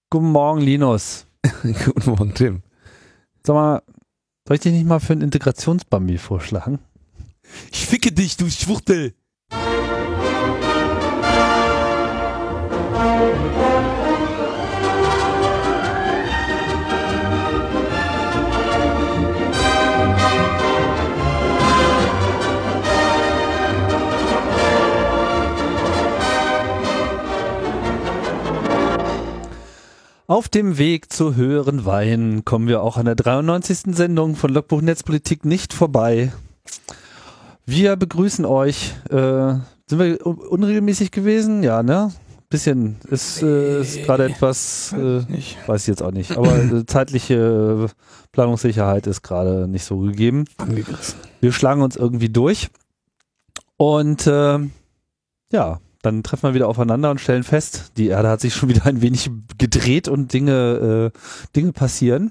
Guten Morgen, Linus. Guten Morgen, Tim. Sag mal, soll ich dich nicht mal für einen Integrationsbambi vorschlagen? Ich ficke dich, du Schwuchtel. Auf dem Weg zu höheren Weinen kommen wir auch an der 93. Sendung von Logbuch Netzpolitik nicht vorbei. Wir begrüßen euch. Sind wir unregelmäßig gewesen? Ja, ne? Bisschen. Ist gerade etwas, weiß ich jetzt auch nicht. Aber zeitliche Planungssicherheit ist gerade nicht so gegeben. Wir schlagen uns irgendwie durch. Und ja, dann treffen wir wieder aufeinander und stellen fest, die Erde hat sich schon wieder ein wenig gedreht und Dinge passieren.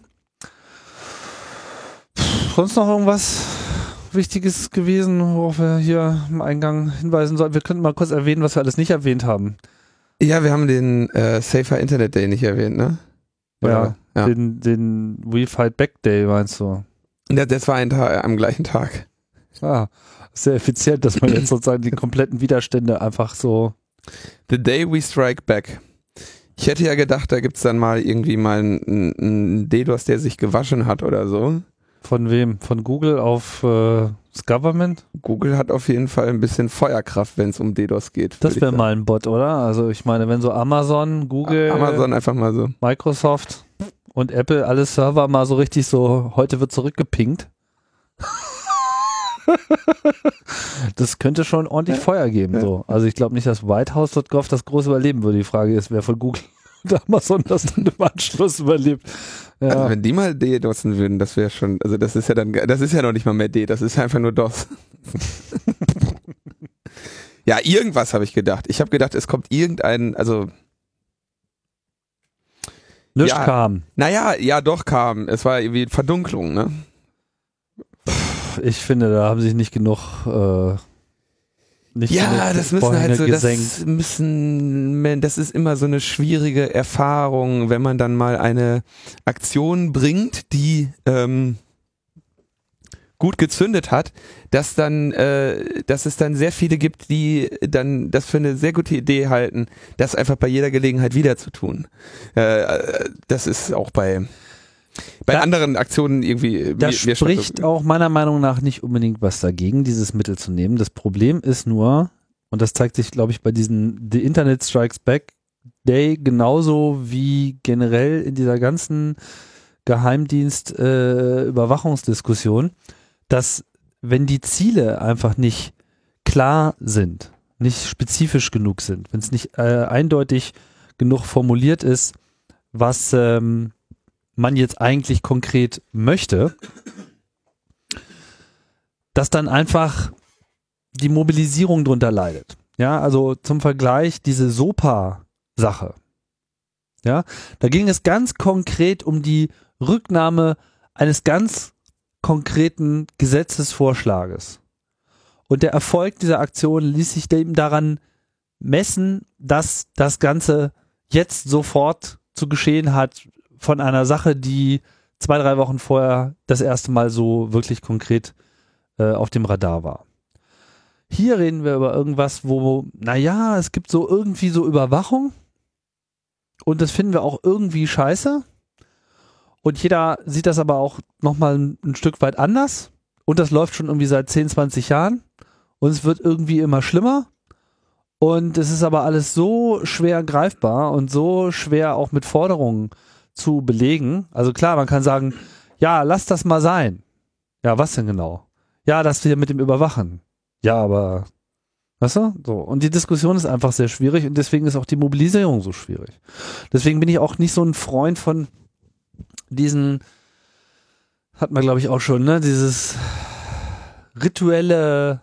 Sonst noch irgendwas Wichtiges gewesen, worauf wir hier im Eingang hinweisen sollten? Wir könnten mal kurz erwähnen, was wir alles nicht erwähnt haben. Ja, wir haben den Safer Internet Day nicht erwähnt, ne? Ja. Den We Fight Back Day meinst du? Das war am gleichen Tag. Ah, sehr effizient, dass man jetzt sozusagen die kompletten Widerstände einfach so... The Day We Strike Back. Ich hätte ja gedacht, da gibt's dann mal irgendwie mal einen DDoS, der sich gewaschen hat oder so. Von wem? Von Google auf das Government? Google hat auf jeden Fall ein bisschen Feuerkraft, wenn es um DDoS geht. Das wäre mal ein Bot, oder? Also ich meine, wenn so Amazon, Google, Amazon einfach mal so, Microsoft und Apple alle Server mal so richtig so, heute wird zurückgepinkt. Das könnte schon ordentlich Feuer geben. So. Also ich glaube nicht, dass Whitehouse.gov das groß überleben würde. Die Frage ist, wer von Google und Amazon das dann im Anschluss überlebt. Ja. Also wenn die mal DDoSen würden, das wäre schon, also das ist ja noch nicht mal mehr D, das ist einfach nur DOS. Ja, irgendwas habe ich gedacht. Ich habe gedacht, es kommt also nichts kam. Naja, ja doch kam. Es war irgendwie Verdunklung, ne? Ich finde, da haben sich nicht genug das müssen halt so, das ist immer so eine schwierige Erfahrung, wenn man dann mal eine Aktion bringt, die gut gezündet hat, dass es dann sehr viele gibt, die dann das für eine sehr gute Idee halten, das einfach bei jeder Gelegenheit wieder zu tun. Das ist auch bei anderen Aktionen irgendwie... Da spricht auch meiner Meinung nach nicht unbedingt was dagegen, dieses Mittel zu nehmen. Das Problem ist nur, und das zeigt sich, glaube ich, bei diesem The Internet Strikes Back Day genauso wie generell in dieser ganzen Geheimdienst-Überwachungsdiskussion, dass wenn die Ziele einfach nicht klar sind, nicht spezifisch genug sind, wenn es nicht eindeutig genug formuliert ist, was man jetzt eigentlich konkret möchte, dass dann einfach die Mobilisierung drunter leidet. Ja, also zum Vergleich diese SOPA-Sache. Ja, da ging es ganz konkret um die Rücknahme eines ganz konkreten Gesetzesvorschlages. Und der Erfolg dieser Aktion ließ sich eben daran messen, dass das Ganze jetzt sofort zu geschehen hat, von einer Sache, die 2-3 Wochen vorher das erste Mal so wirklich konkret auf dem Radar war. Hier reden wir über irgendwas, wo, naja, es gibt so irgendwie so Überwachung und das finden wir auch irgendwie scheiße und jeder sieht das aber auch nochmal ein Stück weit anders und das läuft schon irgendwie seit 10, 20 Jahren und es wird irgendwie immer schlimmer und es ist aber alles so schwer greifbar und so schwer auch mit Forderungen zu belegen. Also klar, man kann sagen, ja, lass das mal sein. Ja, was denn genau? Ja, das wir mit dem Überwachen. Ja, aber, weißt du? So. Und die Diskussion ist einfach sehr schwierig und deswegen ist auch die Mobilisierung so schwierig. Deswegen bin ich auch nicht so ein Freund von diesen, hat man glaube ich auch schon, ne, dieses rituelle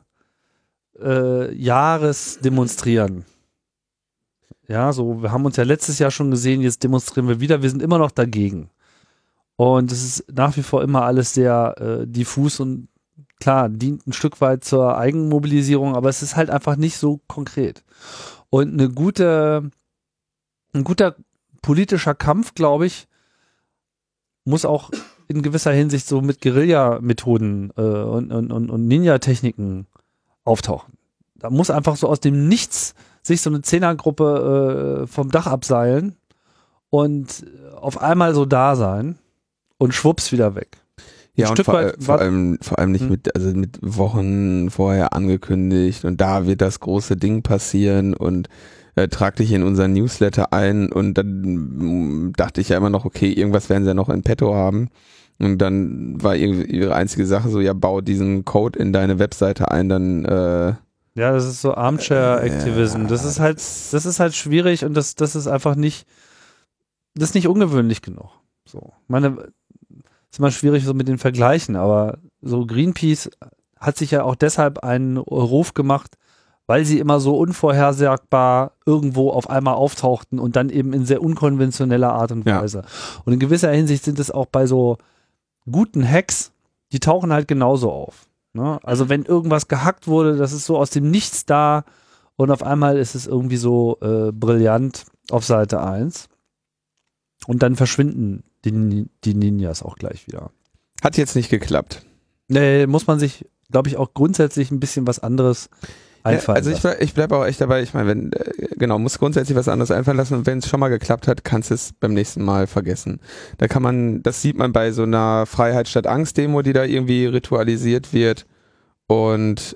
Jahresdemonstrieren. Ja, so, wir haben uns ja letztes Jahr schon gesehen, jetzt demonstrieren wir wieder, wir sind immer noch dagegen. Und es ist nach wie vor immer alles sehr diffus und klar, dient ein Stück weit zur Eigenmobilisierung, aber es ist halt einfach nicht so konkret. Und ein guter politischer Kampf, glaube ich, muss auch in gewisser Hinsicht so mit Guerilla-Methoden und Ninja-Techniken auftauchen. Da muss einfach so aus dem Nichts sich so eine Zehnergruppe vom Dach abseilen und auf einmal so da sein und schwupps wieder weg. Ja, und vor allem nicht mit Wochen vorher angekündigt und da wird das große Ding passieren und trag dich in unseren Newsletter ein und dann dachte ich ja immer noch, okay, irgendwas werden sie ja noch in petto haben. Und dann war ihre einzige Sache so, ja, bau diesen Code in deine Webseite ein, dann ja, das ist so Armchair-Activism. Das ist halt schwierig und das ist einfach nicht, das ist nicht ungewöhnlich genug. So. Ist immer schwierig so mit den Vergleichen, aber so Greenpeace hat sich ja auch deshalb einen Ruf gemacht, weil sie immer so unvorhersagbar irgendwo auf einmal auftauchten und dann eben in sehr unkonventioneller Art und Weise. Ja. Und in gewisser Hinsicht sind es auch bei so guten Hacks, die tauchen halt genauso auf. Ne? Also wenn irgendwas gehackt wurde, das ist so aus dem Nichts da und auf einmal ist es irgendwie so brillant auf Seite 1 und dann verschwinden die Ninjas auch gleich wieder. Hat jetzt nicht geklappt. Nee, muss man sich, glaube ich, auch grundsätzlich ein bisschen was anderes einfallen lassen. Also ich bleibe auch echt dabei, ich meine, muss grundsätzlich was anderes einfallen lassen und wenn es schon mal geklappt hat, kannst du es beim nächsten Mal vergessen. Das sieht man bei so einer Freiheit statt Angst Demo, die da irgendwie ritualisiert wird und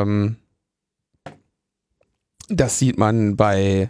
das sieht man bei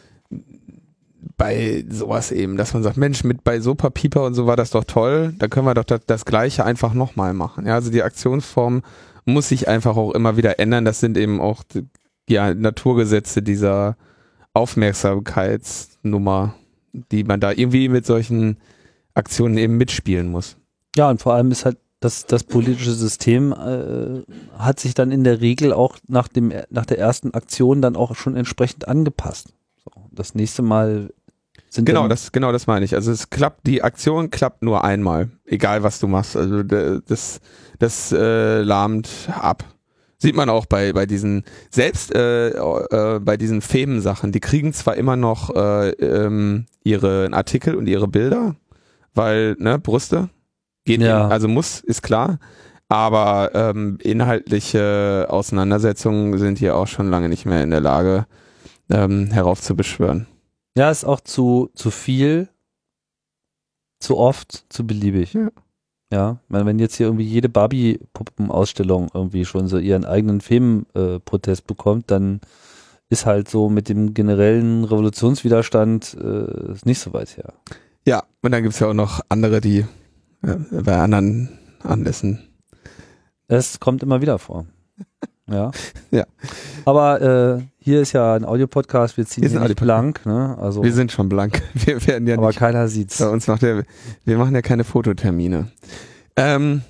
sowas eben, dass man sagt, Mensch, bei Sopa Pieper und so war das doch toll, da können wir doch das Gleiche einfach nochmal machen. Ja, also die Aktionsform muss sich einfach auch immer wieder ändern. Das sind eben auch Naturgesetze dieser Aufmerksamkeitsnummer, die man da irgendwie mit solchen Aktionen eben mitspielen muss. Ja, und vor allem ist halt das politische System hat sich dann in der Regel auch nach der ersten Aktion dann auch schon entsprechend angepasst. So, das nächste Mal das meine ich. Also die Aktion klappt nur einmal, egal was du machst. Also das lahmt ab. Sieht man auch bei diesen, selbst bei diesen Femen-Sachen, die kriegen zwar immer noch ihre Artikel und ihre Bilder, weil, Brüste geht ist klar, aber inhaltliche Auseinandersetzungen sind hier auch schon lange nicht mehr in der Lage, heraufzubeschwören. Ja, ist auch zu viel, zu oft, zu beliebig. Ja, wenn jetzt hier irgendwie jede Barbie-Puppenausstellung irgendwie schon so ihren eigenen Femen-Protest bekommt, dann ist halt so mit dem generellen Revolutionswiderstand nicht so weit her. Ja, und dann gibt es ja auch noch andere, die bei anderen Anlässen. Es kommt immer wieder vor. Ja. Ja. Aber hier ist ja ein Audiopodcast, wir ziehen hier nicht blank, ne? Also wir sind schon blank. Wir werden ja aber nicht. Keiner sieht's. Bei uns wir machen ja keine Fototermine. Aber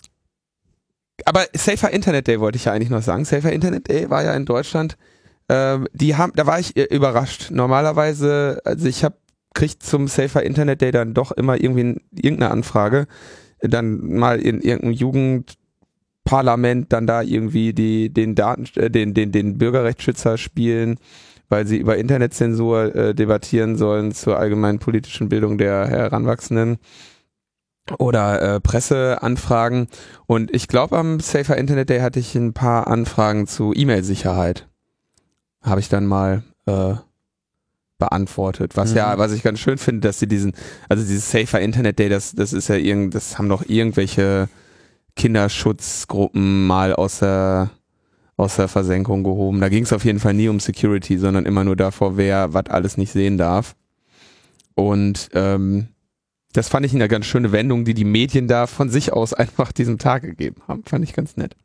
Safer Internet Day wollte ich ja eigentlich noch sagen. Safer Internet Day war ja in Deutschland. Da war ich überrascht. Normalerweise, also kriegt zum Safer Internet Day dann doch immer irgendeine Anfrage, dann mal in irgendeinem Jugendparlament dann da irgendwie den Bürgerrechtsschützer spielen, weil sie über Internetzensur debattieren sollen zur allgemeinen politischen Bildung der Heranwachsenden oder Presseanfragen. Und ich glaube, am Safer Internet Day hatte ich ein paar Anfragen zu E-Mail-Sicherheit. Habe ich dann mal beantwortet. Was ich ganz schön finde, dass sie dieses Safer Internet Day, das ist ja das haben doch irgendwelche Kinderschutzgruppen mal aus der Versenkung gehoben. Da ging es auf jeden Fall nie um Security, sondern immer nur davor, wer was alles nicht sehen darf. Und das fand ich eine ganz schöne Wendung, die Medien da von sich aus einfach diesem Tag gegeben haben. Fand ich ganz nett.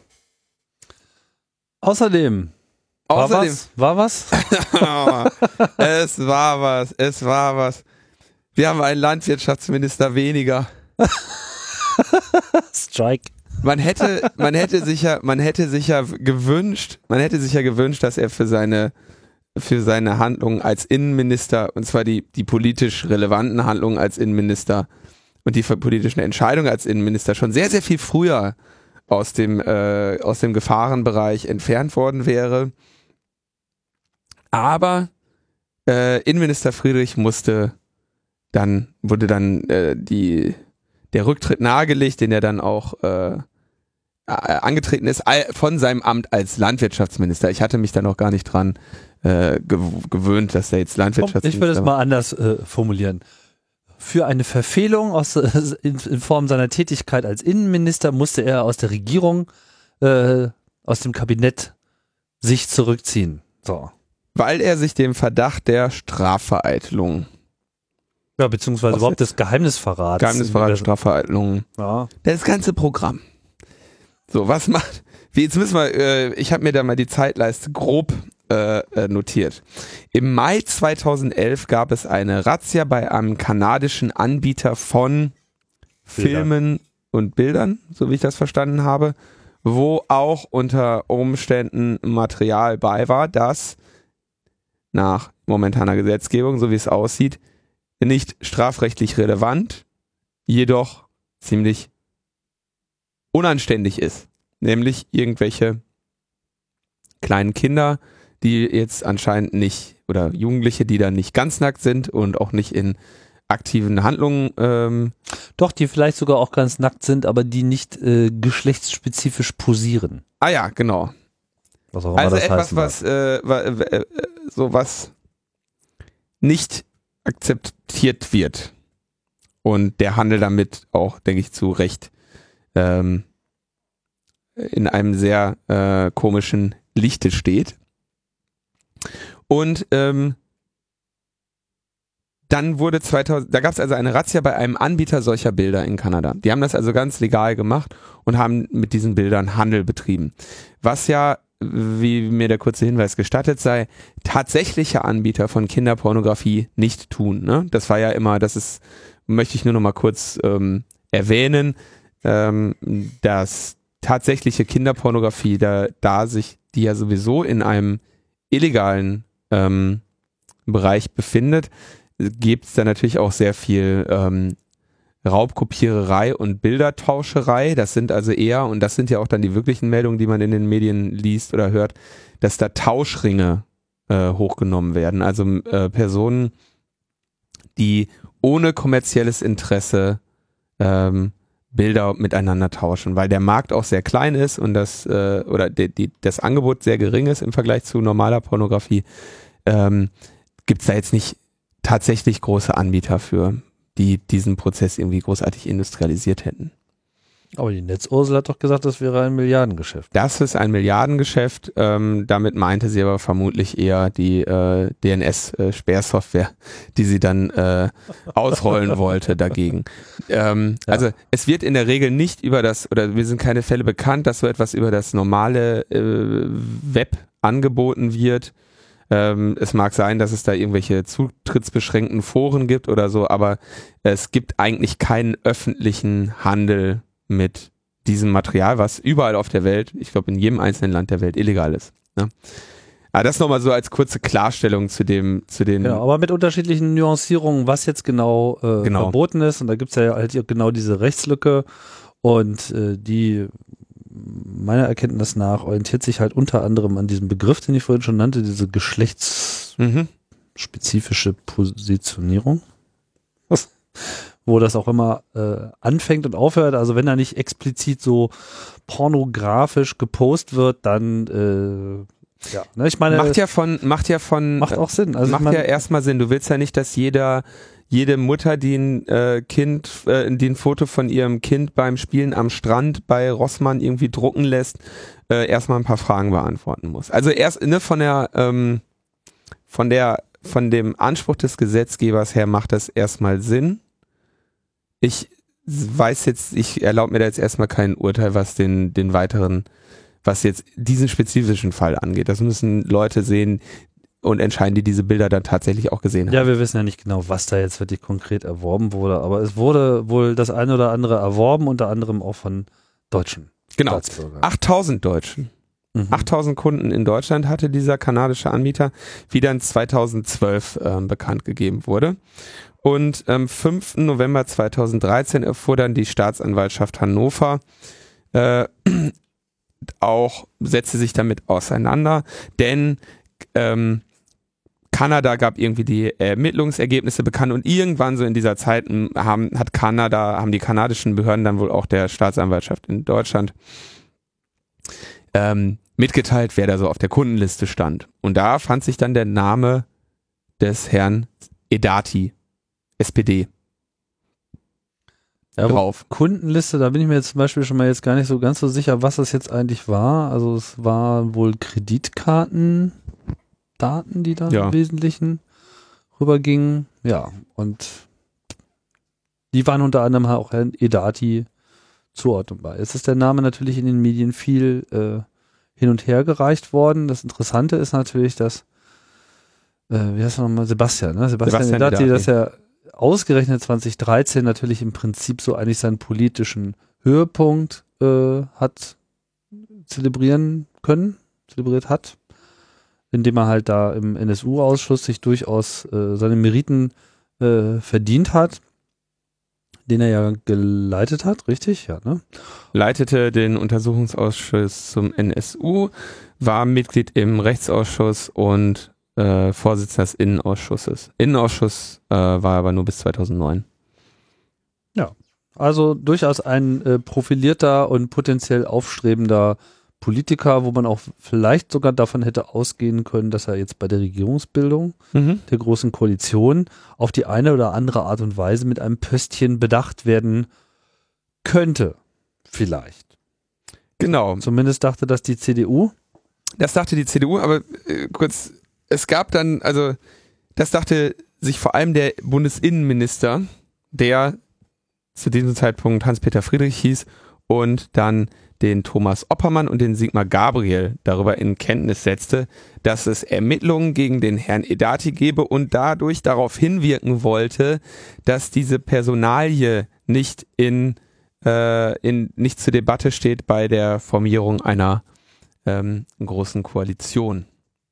Außerdem war was? Es war was. Wir haben einen Landwirtschaftsminister weniger. Strike. Man hätte sich ja gewünscht, dass er für seine Handlungen als Innenminister, und zwar die politisch relevanten Handlungen als Innenminister und die politischen Entscheidungen als Innenminister schon sehr, sehr viel früher aus dem Gefahrenbereich entfernt worden wäre. Aber Innenminister Friedrich wurde dann der Rücktritt nahegelegt, den er dann auch angetreten ist von seinem Amt als Landwirtschaftsminister. Ich hatte mich da noch gar nicht dran gewöhnt, dass er jetzt Landwirtschaftsminister Ich würde es mal anders formulieren. Für eine Verfehlung in Form seiner Tätigkeit als Innenminister musste er aus der Regierung, aus dem Kabinett sich zurückziehen. So. Weil er sich dem Verdacht der Strafvereitelung. Ja, beziehungsweise überhaupt des Geheimnisverrats. Geheimnisverrat, Strafvereitelung. Ja. Das ganze Programm. So, was macht. Jetzt müssen wir, ich habe mir da mal die Zeitleiste grob notiert. Im Mai 2011 gab es eine Razzia bei einem kanadischen Anbieter von Filmen und Bildern, so wie ich das verstanden habe, wo auch unter Umständen Material bei war, das nach momentaner Gesetzgebung, so wie es aussieht, nicht strafrechtlich relevant, jedoch ziemlich unanständig ist. Nämlich irgendwelche kleinen Kinder, die jetzt anscheinend nicht, oder Jugendliche, die dann nicht ganz nackt sind und auch nicht in aktiven Handlungen. Doch, die vielleicht sogar auch ganz nackt sind, aber die nicht geschlechtsspezifisch posieren. Ah ja, genau. Was auch immer Also das etwas, heißen was nicht akzeptiert wird. Und der Handel damit auch, denke ich, zu Recht in einem sehr komischen Lichte steht. Und dann wurde da gab es also eine Razzia bei einem Anbieter solcher Bilder in Kanada. Die haben das also ganz legal gemacht und haben mit diesen Bildern Handel betrieben. Was ja, wie mir der kurze Hinweis gestattet sei, tatsächliche Anbieter von Kinderpornografie nicht tun. Ne? Das war ja immer, möchte ich nur noch mal kurz erwähnen, dass tatsächliche Kinderpornografie, da sich die ja sowieso in einem illegalen Bereich befindet, gibt es da natürlich auch sehr viel Raubkopiererei und Bildertauscherei. Das sind also eher, und das sind ja auch dann die wirklichen Meldungen, die man in den Medien liest oder hört, dass da Tauschringe hochgenommen werden. Also Personen, die ohne kommerzielles Interesse Bilder miteinander tauschen, weil der Markt auch sehr klein ist und das Angebot sehr gering ist im Vergleich zu normaler Pornografie, gibt es da jetzt nicht tatsächlich große Anbieter für, die diesen Prozess irgendwie großartig industrialisiert hätten. Aber die Netzursel hat doch gesagt, das wäre ein Milliardengeschäft. Das ist ein Milliardengeschäft. Damit meinte sie aber vermutlich eher die DNS-Sperrsoftware, die sie dann ausrollen wollte dagegen. Also es wird in der Regel nicht mir sind keine Fälle bekannt, dass so etwas über das normale Web angeboten wird. Es mag sein, dass es da irgendwelche zutrittsbeschränkten Foren gibt oder so, aber es gibt eigentlich keinen öffentlichen Handel mit diesem Material, was überall auf der Welt, ich glaube in jedem einzelnen Land der Welt illegal ist. Ne? Aber das nochmal so als kurze Klarstellung zu den... Ja, aber mit unterschiedlichen Nuancierungen, was jetzt genau verboten ist. Und da gibt es ja halt genau diese Rechtslücke und die meiner Erkenntnis nach orientiert sich halt unter anderem an diesem Begriff, den ich vorhin schon nannte, diese geschlechtsspezifische Positionierung. Wo das auch immer anfängt und aufhört. Also wenn da nicht explizit so pornografisch gepostet wird, dann ne, ich meine, macht auch Sinn. Also macht ja erstmal Sinn. Du willst ja nicht, dass jede Mutter, die ein Foto von ihrem Kind beim Spielen am Strand bei Rossmann irgendwie drucken lässt, erstmal ein paar Fragen beantworten muss. Also erst von dem Anspruch des Gesetzgebers her macht das erstmal Sinn. Ich erlaube mir da jetzt erstmal kein Urteil, was was jetzt diesen spezifischen Fall angeht. Das müssen Leute sehen und entscheiden, die diese Bilder dann tatsächlich auch gesehen haben. Ja, wir wissen ja nicht genau, was da jetzt wirklich konkret erworben wurde, aber es wurde wohl das eine oder andere erworben, unter anderem auch von Deutschen. Genau, Staatsbürgern. 8000 Deutschen. 8000 Kunden in Deutschland hatte dieser kanadische Anbieter, wie dann 2012 bekannt gegeben wurde. Und am 5. November 2013 erfuhr dann die Staatsanwaltschaft Hannover, setzte sich damit auseinander, denn Kanada gab irgendwie die Ermittlungsergebnisse bekannt und irgendwann so in dieser Zeit haben die kanadischen Behörden dann wohl auch der Staatsanwaltschaft in Deutschland mitgeteilt, wer da so auf der Kundenliste stand. Und da fand sich dann der Name des Herrn Edati, SPD, drauf. Kundenliste, da bin ich mir jetzt zum Beispiel schon mal jetzt gar nicht so ganz so sicher, was das jetzt eigentlich war. Also es war wohl Kreditkartendaten, die da im Wesentlichen rübergingen. Ja, und die waren unter anderem auch Herrn Edati zuordnenbar. Jetzt ist der Name natürlich in den Medien viel hin und her gereicht worden. Das Interessante ist natürlich, dass wie heißt er nochmal? Sebastian Edati, dass er ausgerechnet 2013 natürlich im Prinzip so eigentlich seinen politischen Höhepunkt hat zelebriert hat, indem er halt da im NSU-Ausschuss sich durchaus seine Meriten verdient hat, den er ja geleitet hat, richtig? Ja, ne? Leitete den Untersuchungsausschuss zum NSU, war Mitglied im Rechtsausschuss und Vorsitzender des Innenausschusses. Innenausschuss war aber nur bis 2009. Ja, also durchaus ein profilierter und potenziell aufstrebender Politiker, wo man auch vielleicht sogar davon hätte ausgehen können, dass er jetzt bei der Regierungsbildung der Großen Koalition auf die eine oder andere Art und Weise mit einem Pöstchen bedacht werden könnte. Vielleicht. Genau. Zumindest dachte das die CDU. Das dachte die CDU, aber kurz, es gab dann, also das dachte sich vor allem der Bundesinnenminister, der zu diesem Zeitpunkt Hans-Peter Friedrich hieß, und dann den Thomas Oppermann und den Sigmar Gabriel darüber in Kenntnis setzte, dass es Ermittlungen gegen den Herrn Edati gebe und dadurch darauf hinwirken wollte, dass diese Personalie nicht nicht zur Debatte steht bei der Formierung einer großen Koalition.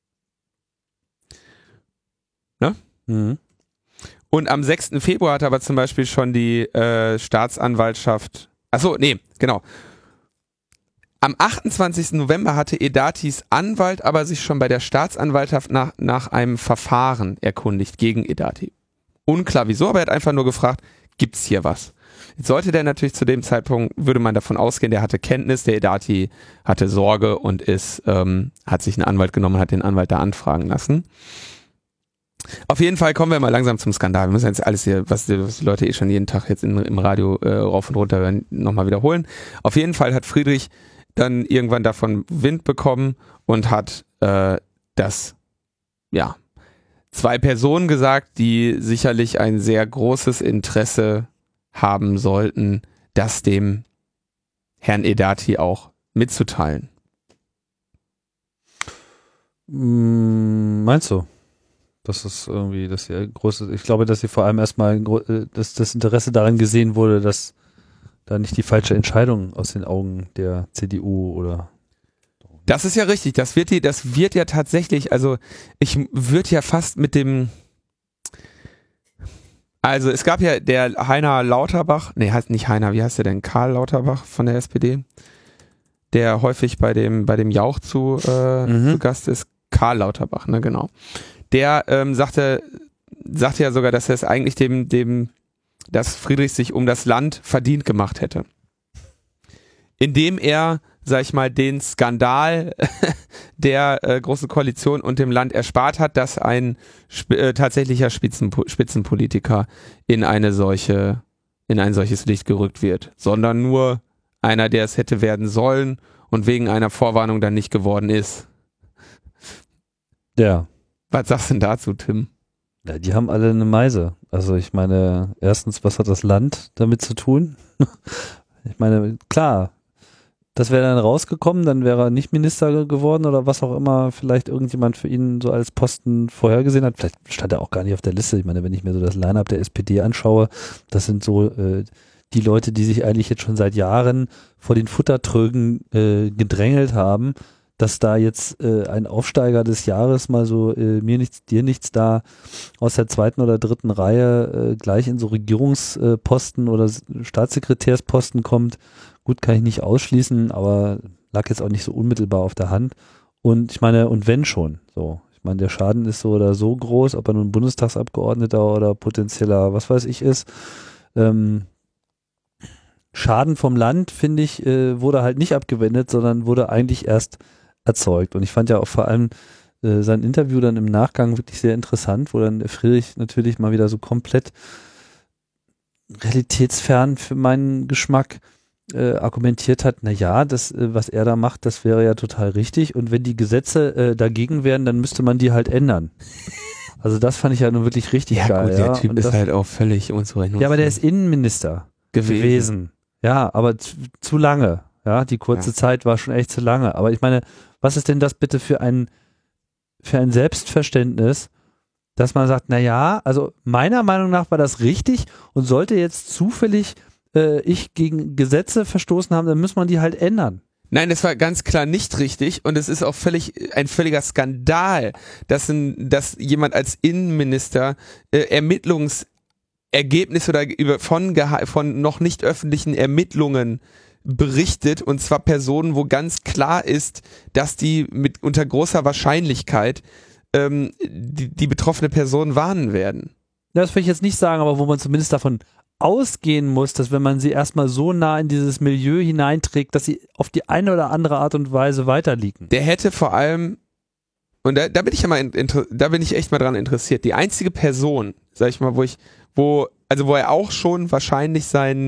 Ne? Mhm. Und am 6. Februar hat aber zum Beispiel schon die Staatsanwaltschaft, genau. Am 28. November hatte Edatis Anwalt aber sich schon bei der Staatsanwaltschaft nach einem Verfahren erkundigt gegen Edati. Unklar wieso, aber er hat einfach nur gefragt, gibt's hier was? Jetzt sollte der natürlich zu dem Zeitpunkt, würde man davon ausgehen, der hatte Kenntnis, der Edati hatte Sorge und hat sich einen Anwalt genommen und hat den Anwalt da anfragen lassen. Auf jeden Fall kommen wir mal langsam zum Skandal. Wir müssen jetzt alles hier, was die Leute schon jeden Tag jetzt im Radio rauf und runter hören, nochmal wiederholen. Auf jeden Fall hat Friedrich dann irgendwann davon Wind bekommen und hat zwei Personen gesagt, die sicherlich ein sehr großes Interesse haben sollten, das dem Herrn Edati auch mitzuteilen. Meinst du? Das ist irgendwie, dass sie ich glaube, dass sie vor allem erstmal das Interesse daran gesehen wurde, dass da nicht die falsche Entscheidung aus den Augen der CDU oder. Das ist ja richtig. Das wird ja tatsächlich, also ich würde ja fast mit dem, also es gab ja der Heiner Lauterbach, heißt nicht Heiner, wie heißt der denn? Karl Lauterbach von der SPD, der häufig bei dem Jauch zu Gast ist. Karl Lauterbach, ne, genau. Der sagte ja sogar, dass er es eigentlich dass Friedrich sich um das Land verdient gemacht hätte. Indem er, sag ich mal, den Skandal der Großen Koalition und dem Land erspart hat, dass ein tatsächlicher Spitzenpolitiker in ein solches Licht gerückt wird, sondern nur einer, der es hätte werden sollen und wegen einer Vorwarnung dann nicht geworden ist. Ja. Was sagst du denn dazu, Tim? Ja, die haben alle eine Meise. Also ich meine, erstens, was hat das Land damit zu tun? Ich meine, klar, das wäre dann rausgekommen, dann wäre er nicht Minister geworden oder was auch immer vielleicht irgendjemand für ihn so als Posten vorhergesehen hat. Vielleicht stand er auch gar nicht auf der Liste. Ich meine, wenn ich mir so das Line-Up der SPD anschaue, das sind so die Leute, die sich eigentlich jetzt schon seit Jahren vor den Futtertrögen gedrängelt haben, dass da jetzt ein Aufsteiger des Jahres mal so mir nichts, dir nichts da aus der zweiten oder dritten Reihe gleich in so Regierungsposten oder Staatssekretärsposten kommt. Gut, kann ich nicht ausschließen, aber lag jetzt auch nicht so unmittelbar auf der Hand. Und ich meine, und wenn schon, so. Ich meine, der Schaden ist so oder so groß, ob er nun Bundestagsabgeordneter oder potenzieller, was weiß ich, ist. Schaden vom Land, finde ich, wurde halt nicht abgewendet, sondern wurde eigentlich erst erzeugt. Und ich fand ja auch vor allem sein Interview dann im Nachgang wirklich sehr interessant, wo dann Friedrich natürlich mal wieder so komplett realitätsfern für meinen Geschmack argumentiert hat, na ja, das, was er da macht, das wäre ja total richtig und wenn die Gesetze dagegen wären, dann müsste man die halt ändern. Also das fand ich ja nun wirklich richtig geil. Gut, der Typ und ist das, halt auch völlig unzurechnungsfähig. Ja, aber der ist Innenminister gewesen. Ja, aber zu lange. Ja, die kurze Zeit war schon echt zu lange. Aber ich meine, was ist denn das bitte für ein Selbstverständnis, dass man sagt, na ja, also meiner Meinung nach war das richtig und sollte jetzt zufällig ich gegen Gesetze verstoßen haben, dann muss man die halt ändern. Nein, das war ganz klar nicht richtig und es ist auch ein völliger Skandal, dass jemand als Innenminister Ermittlungsergebnisse oder von noch nicht öffentlichen Ermittlungen berichtet und zwar Personen, wo ganz klar ist, dass die unter großer Wahrscheinlichkeit die betroffene Person warnen werden. Das will ich jetzt nicht sagen, aber wo man zumindest davon ausgehen muss, dass wenn man sie erstmal so nah in dieses Milieu hineinträgt, dass sie auf die eine oder andere Art und Weise weiterliegen. Der hätte vor allem, und da bin ich ja mal, da bin ich echt mal dran interessiert, die einzige Person, sag ich mal, wo er auch schon wahrscheinlich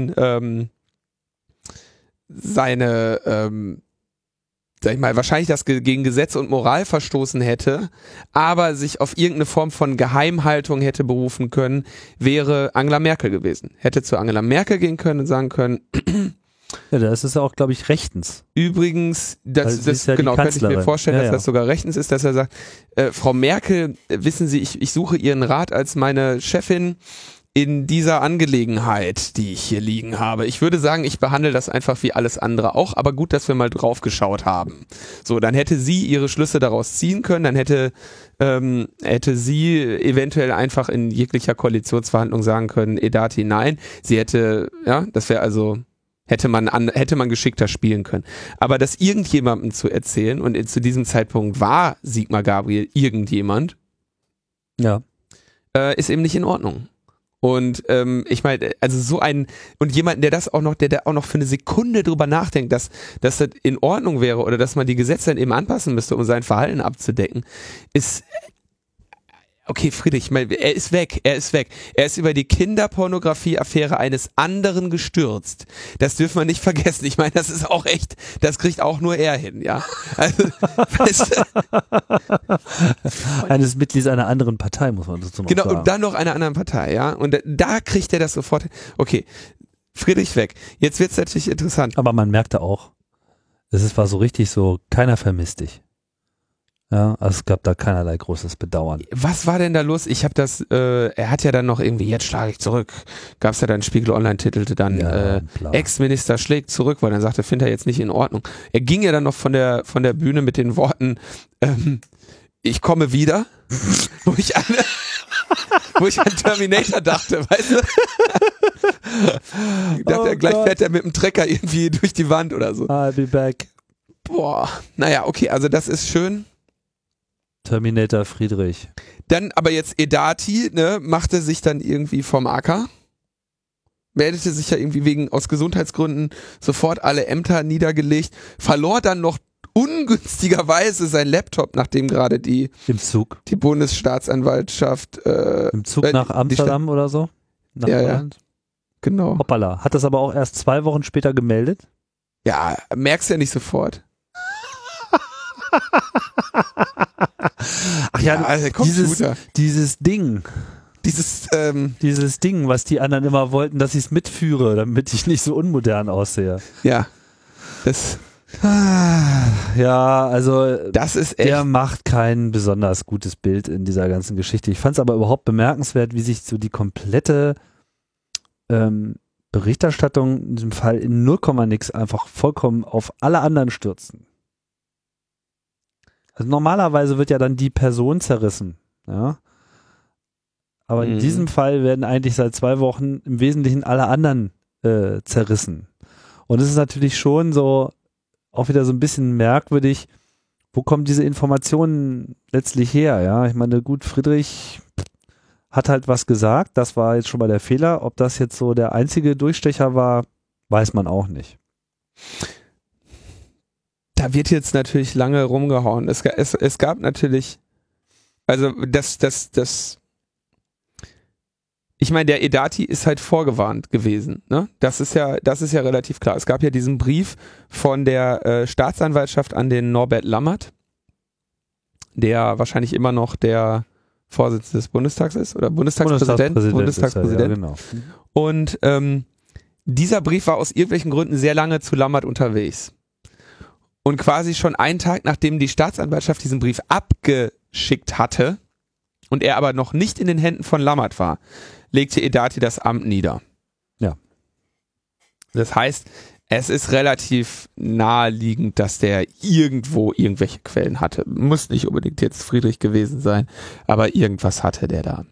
wahrscheinlich das gegen Gesetz und Moral verstoßen hätte, aber sich auf irgendeine Form von Geheimhaltung hätte berufen können, wäre Angela Merkel gewesen. Hätte zu Angela Merkel gehen können und sagen können, ja, das ist ja auch, glaube ich, rechtens. Übrigens, das ja genau, könnte ich mir vorstellen, dass das sogar rechtens ist, dass er sagt, Frau Merkel, wissen Sie, ich suche Ihren Rat als meine Chefin in dieser Angelegenheit, die ich hier liegen habe. Ich würde sagen, ich behandle das einfach wie alles andere auch, aber gut, dass wir mal drauf geschaut haben. So, dann hätte sie ihre Schlüsse daraus ziehen können, dann hätte sie eventuell einfach in jeglicher Koalitionsverhandlung sagen können, Edati nein. Sie hätte, ja, das wäre also, hätte man geschickter spielen können. Aber das irgendjemandem zu erzählen und zu diesem Zeitpunkt war Sigmar Gabriel irgendjemand, ja, ist eben nicht in Ordnung. Und ich meine, also und jemanden, der da auch noch für eine Sekunde drüber nachdenkt, dass das in Ordnung wäre oder dass man die Gesetze dann eben anpassen müsste, um sein Verhalten abzudecken, ist okay, Friedrich, ich meine, er ist weg. Er ist über die Kinderpornografie-Affäre eines anderen gestürzt. Das dürfen wir nicht vergessen. Ich meine, das ist auch echt, das kriegt auch nur er hin, ja. Also, eines Mitglieds einer anderen Partei, muss man dazu noch sagen. Genau, und dann noch einer anderen Partei, ja. Und da kriegt er das sofort hin. Okay, Friedrich weg. Jetzt wird's natürlich interessant. Aber man merkte auch, war so richtig so, keiner vermisst dich. Ja, also es gab da keinerlei großes Bedauern. Was war denn da los? Ich habe er hat ja dann noch irgendwie, jetzt schlage ich zurück, gab's ja dann, Spiegel Online titelte dann, Ex-Minister schlägt zurück, weil dann sagte, findet er jetzt nicht in Ordnung. Er ging ja dann noch von der Bühne mit den Worten, ich komme wieder, wo ich an Terminator dachte, weißt du? Dachte, gleich fährt er mit dem Trecker irgendwie durch die Wand oder so. I'll be back. Boah, naja, okay, also das ist schön. Terminator Friedrich. Dann aber jetzt Edati, ne, machte sich dann irgendwie vom Acker, meldete sich ja irgendwie aus Gesundheitsgründen sofort alle Ämter niedergelegt, verlor dann noch ungünstigerweise sein Laptop, nachdem gerade die Bundesstaatsanwaltschaft im Zug nach Amsterdam oder so? Nach Holland? Genau. Hoppala. Hat das aber auch erst 2 Wochen später gemeldet? Ja, merkst ja nicht sofort. Ach ja, dieses Ding. Dieses Ding, was die anderen immer wollten, dass ich es mitführe, damit ich nicht so unmodern aussehe. Ja. Ja, also das ist echt. Der macht kein besonders gutes Bild in dieser ganzen Geschichte. Ich fand es aber überhaupt bemerkenswert, wie sich so die komplette Berichterstattung in diesem Fall in 0, nix einfach vollkommen auf alle anderen stürzen. Also normalerweise wird ja dann die Person zerrissen, ja. Aber in diesem Fall werden eigentlich seit 2 Wochen im Wesentlichen alle anderen zerrissen. Und es ist natürlich schon so auch wieder so ein bisschen merkwürdig, wo kommen diese Informationen letztlich her? Ja, ich meine, gut, Friedrich hat halt was gesagt, das war jetzt schon mal der Fehler. Ob das jetzt so der einzige Durchstecher war, weiß man auch nicht. Da wird jetzt natürlich lange rumgehauen. Es gab natürlich, also ich meine, der Edati ist halt vorgewarnt gewesen, ne? Das ist ja relativ klar. Es gab ja diesen Brief von der Staatsanwaltschaft an den Norbert Lammert, der wahrscheinlich immer noch der Vorsitzende des Bundestags ist oder Bundestagspräsident. Ja, genau. Und dieser Brief war aus irgendwelchen Gründen sehr lange zu Lammert unterwegs. Und quasi schon einen Tag, nachdem die Staatsanwaltschaft diesen Brief abgeschickt hatte und er aber noch nicht in den Händen von Lammert war, legte Edati das Amt nieder. Ja. Das heißt, es ist relativ naheliegend, dass der irgendwo irgendwelche Quellen hatte. Muss nicht unbedingt jetzt Friedrich gewesen sein, aber irgendwas hatte der da.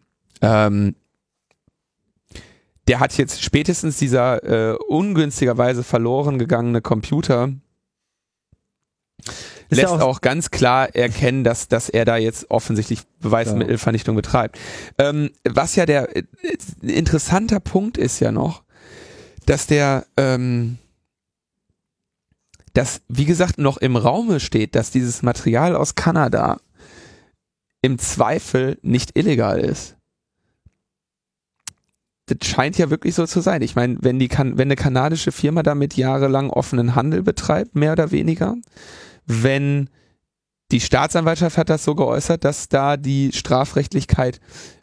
Der hat jetzt spätestens dieser ungünstigerweise verloren gegangene Computer lässt auch ganz klar erkennen, dass er da jetzt offensichtlich Beweismittelvernichtung betreibt. Was ja der interessanter Punkt ist ja noch, dass dass, wie gesagt, noch im Raume steht, dass dieses Material aus Kanada im Zweifel nicht illegal ist. Das scheint ja wirklich so zu sein. Ich meine, wenn eine kanadische Firma damit jahrelang offenen Handel betreibt, mehr oder weniger, wenn die Staatsanwaltschaft hat das so geäußert, dass da die Strafrechtlichkeit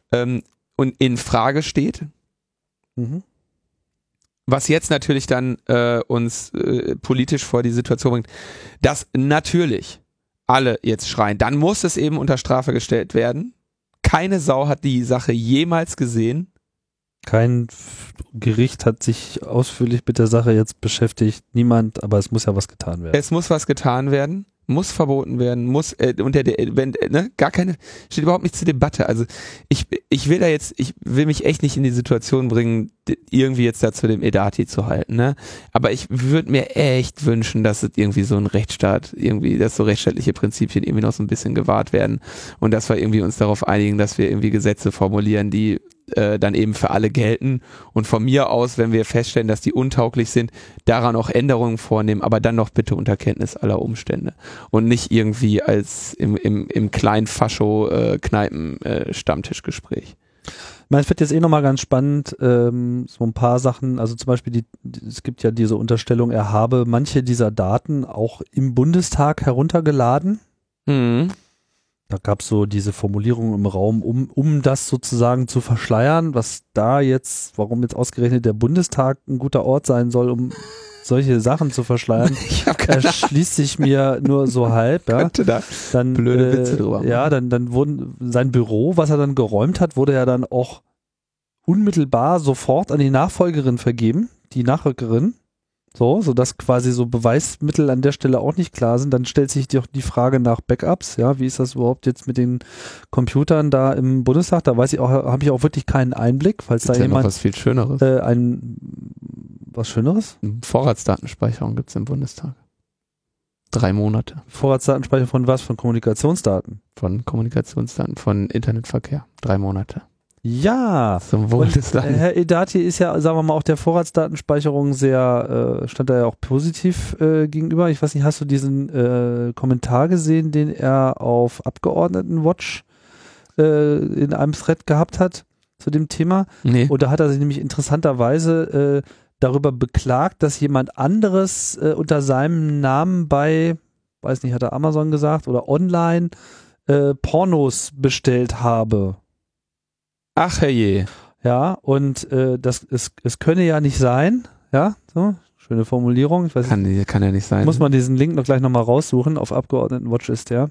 in Frage steht. Mhm. Was jetzt natürlich dann uns politisch vor die Situation bringt, dass natürlich alle jetzt schreien, dann muss es eben unter Strafe gestellt werden. Keine Sau hat die Sache jemals gesehen. Kein Gericht hat sich ausführlich mit der Sache jetzt beschäftigt. Niemand, aber es muss ja was getan werden. Es muss was getan werden, muss verboten werden, muss gar keine, steht überhaupt nicht zur Debatte. Also ich will mich echt nicht in die Situation bringen, irgendwie jetzt da zu dem Edati zu halten, ne? Aber ich würde mir echt wünschen, dass es irgendwie so ein Rechtsstaat, dass so rechtsstaatliche Prinzipien irgendwie noch so ein bisschen gewahrt werden und dass wir irgendwie uns darauf einigen, dass wir irgendwie Gesetze formulieren, die dann eben für alle gelten und von mir aus, wenn wir feststellen, dass die untauglich sind, daran auch Änderungen vornehmen, aber dann noch bitte unter Kenntnis aller Umstände und nicht irgendwie als im kleinen Fascho-Kneipen-Stammtischgespräch. Ich meine, es wird jetzt nochmal ganz spannend, so ein paar Sachen, also zum Beispiel es gibt ja diese Unterstellung, er habe manche dieser Daten auch im Bundestag heruntergeladen. Mhm. Da gab es so diese Formulierung im Raum, um das sozusagen zu verschleiern, warum jetzt ausgerechnet der Bundestag ein guter Ort sein soll, um solche Sachen zu verschleiern, erschließt sich mir nur so halb. Ja. Dann blöde Witze drüber machen. Ja, dann wurden sein Büro, was er dann geräumt hat, wurde ja dann auch unmittelbar sofort an die Nachfolgerin vergeben, die Nachrückerin. Sodass quasi so Beweismittel an der Stelle auch nicht klar sind. Dann stellt sich doch die Frage nach Backups. Ja, wie ist das überhaupt jetzt mit den Computern da im Bundestag? Da habe ich auch wirklich keinen Einblick, falls gibt's da jemand noch was viel Schöneres. Was Schöneres? Vorratsdatenspeicherung gibt es im Bundestag. 3 Monate. Vorratsdatenspeicherung von was? Von Kommunikationsdaten? Von Kommunikationsdaten, von Internetverkehr. 3 Monate. Ja, zum Wohl des Landes. Herr Edati ist ja, sagen wir mal, auch der Vorratsdatenspeicherung stand da ja auch positiv gegenüber. Ich weiß nicht, hast du diesen Kommentar gesehen, den er auf Abgeordnetenwatch in einem Thread gehabt hat zu dem Thema? Nee. Und da hat er sich nämlich interessanterweise darüber beklagt, dass jemand anderes unter seinem Namen bei, weiß nicht, hat er Amazon gesagt, oder online Pornos bestellt habe. Ach herrje. Ja, und es könne ja nicht sein, ja, so, schöne Formulierung. Ich weiß kann ja nicht sein. Muss man diesen Link noch gleich nochmal raussuchen, auf Abgeordnetenwatch ist der.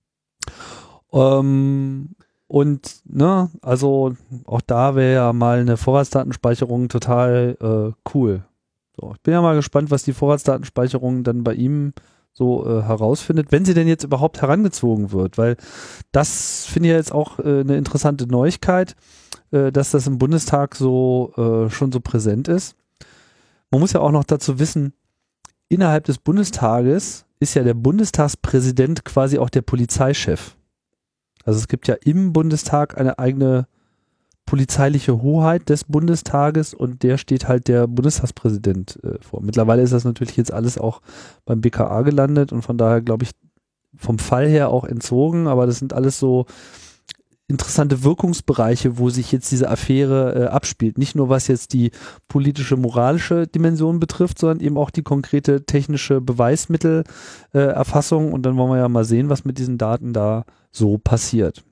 Und, ne, also auch da wäre ja mal eine Vorratsdatenspeicherung total cool. So, ich bin ja mal gespannt, was die Vorratsdatenspeicherung dann bei ihm so herausfindet, wenn sie denn jetzt überhaupt herangezogen wird, weil das finde ich ja jetzt auch eine interessante Neuigkeit, dass das im Bundestag so schon so präsent ist. Man muss ja auch noch dazu wissen, innerhalb des Bundestages ist ja der Bundestagspräsident quasi auch der Polizeichef. Also es gibt ja im Bundestag eine eigene polizeiliche Hoheit des Bundestages und der steht halt der Bundestagspräsident vor. Mittlerweile ist das natürlich jetzt alles auch beim BKA gelandet und von daher glaube ich vom Fall her auch entzogen, aber das sind alles so interessante Wirkungsbereiche, wo sich jetzt diese Affäre abspielt. Nicht nur was jetzt die politische, moralische Dimension betrifft, sondern eben auch die konkrete technische Beweismittelerfassung und dann wollen wir ja mal sehen, was mit diesen Daten da so passiert.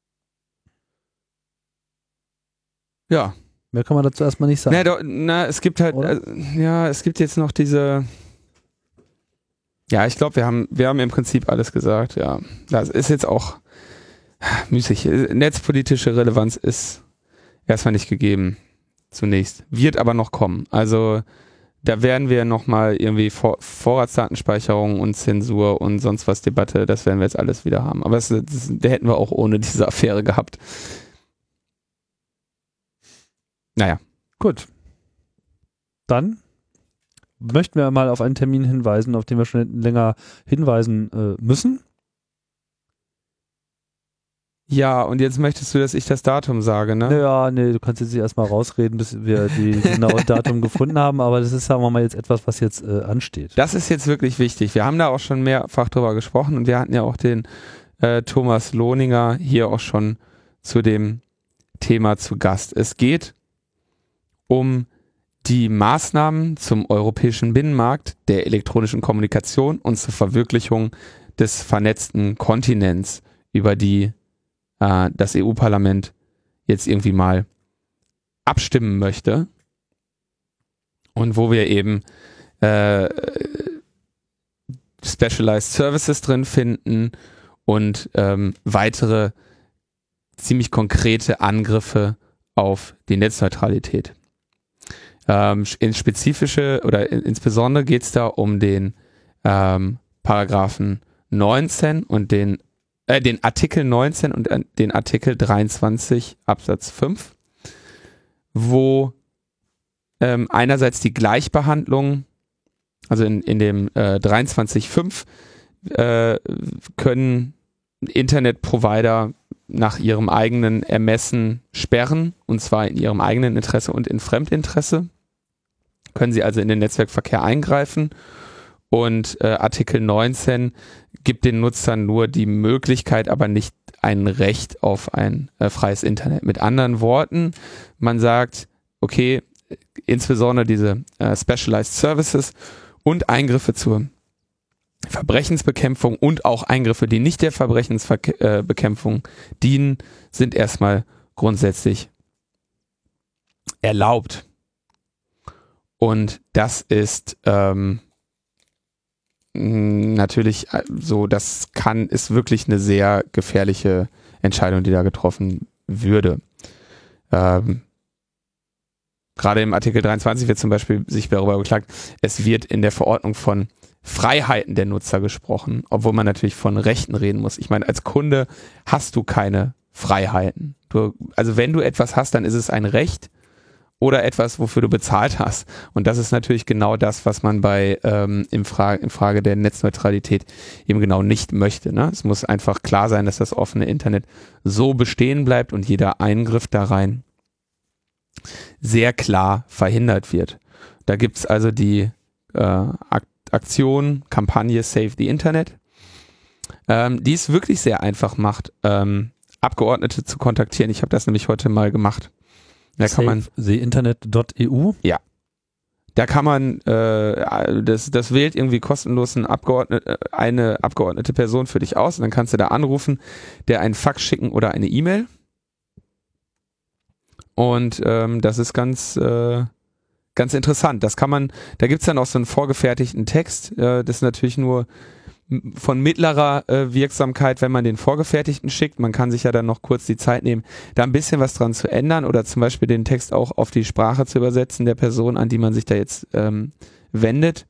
Ja. Mehr kann man dazu erstmal nicht sagen. Es gibt halt, es gibt jetzt noch diese, ja, ich glaube, wir haben im Prinzip alles gesagt, ja. Das ist jetzt auch müßig. Netzpolitische Relevanz ist erstmal nicht gegeben, zunächst. Wird aber noch kommen. Also da werden wir nochmal irgendwie Vorratsdatenspeicherung und Zensur und sonst was Debatte, das werden wir jetzt alles wieder haben. Aber da hätten wir auch ohne diese Affäre gehabt. Naja. Gut. Dann möchten wir mal auf einen Termin hinweisen, auf den wir schon länger hinweisen müssen. Ja, und jetzt möchtest du, dass ich das Datum sage, ne? Ja, nee, du kannst jetzt erstmal rausreden, bis wir das genaue Datum gefunden haben, aber das ist, sagen wir mal, jetzt etwas, was jetzt ansteht. Das ist jetzt wirklich wichtig. Wir haben da auch schon mehrfach drüber gesprochen und wir hatten ja auch den Thomas Lohninger hier auch schon zu dem Thema zu Gast. Es geht um die Maßnahmen zum europäischen Binnenmarkt der elektronischen Kommunikation und zur Verwirklichung des vernetzten Kontinents, über die das EU-Parlament jetzt irgendwie mal abstimmen möchte und wo wir eben Specialized Services drin finden und weitere ziemlich konkrete Angriffe auf die Netzneutralität. Insbesondere geht es da um den Paragraphen 19 und den Artikel 19 und den Artikel 23 Absatz 5, wo einerseits die Gleichbehandlung, also in dem 23.5 können Internetprovider nach ihrem eigenen Ermessen sperren, und zwar in ihrem eigenen Interesse und in Fremdinteresse. Können sie also in den Netzwerkverkehr eingreifen. Und Artikel 19 gibt den Nutzern nur die Möglichkeit, aber nicht ein Recht auf ein freies Internet. Mit anderen Worten, man sagt, okay, insbesondere diese Specialized Services und Eingriffe zur Verbrechensbekämpfung und auch Eingriffe, die nicht der Verbrechensbekämpfung dienen, sind erstmal grundsätzlich erlaubt. Und das ist natürlich so, ist wirklich eine sehr gefährliche Entscheidung, die da getroffen würde. Gerade im Artikel 23 wird zum Beispiel sich darüber beklagt, es wird in der Verordnung von Freiheiten der Nutzer gesprochen, obwohl man natürlich von Rechten reden muss. Ich meine, als Kunde hast du keine Freiheiten. Also wenn du etwas hast, dann ist es ein Recht oder etwas, wofür du bezahlt hast. Und das ist natürlich genau das, was man in Frage der Netzneutralität eben genau nicht möchte. Ne? Es muss einfach klar sein, dass das offene Internet so bestehen bleibt und jeder Eingriff da rein sehr klar verhindert wird. Da gibt es also die Aktion, Kampagne Save the Internet, die es wirklich sehr einfach macht, Abgeordnete zu kontaktieren. Ich habe das nämlich heute mal gemacht. Da kann man theinternet.eu. Ja. Da kann man, das wählt irgendwie kostenlos eine abgeordnete Person für dich aus und dann kannst du da anrufen, der einen Fax schicken oder eine E-Mail. Und das ist ganz interessant. Da gibt's dann auch so einen vorgefertigten Text. Das ist natürlich nur von mittlerer Wirksamkeit, wenn man den vorgefertigten schickt. Man kann sich ja dann noch kurz die Zeit nehmen, da ein bisschen was dran zu ändern oder zum Beispiel den Text auch auf die Sprache zu übersetzen der Person, an die man sich da jetzt wendet.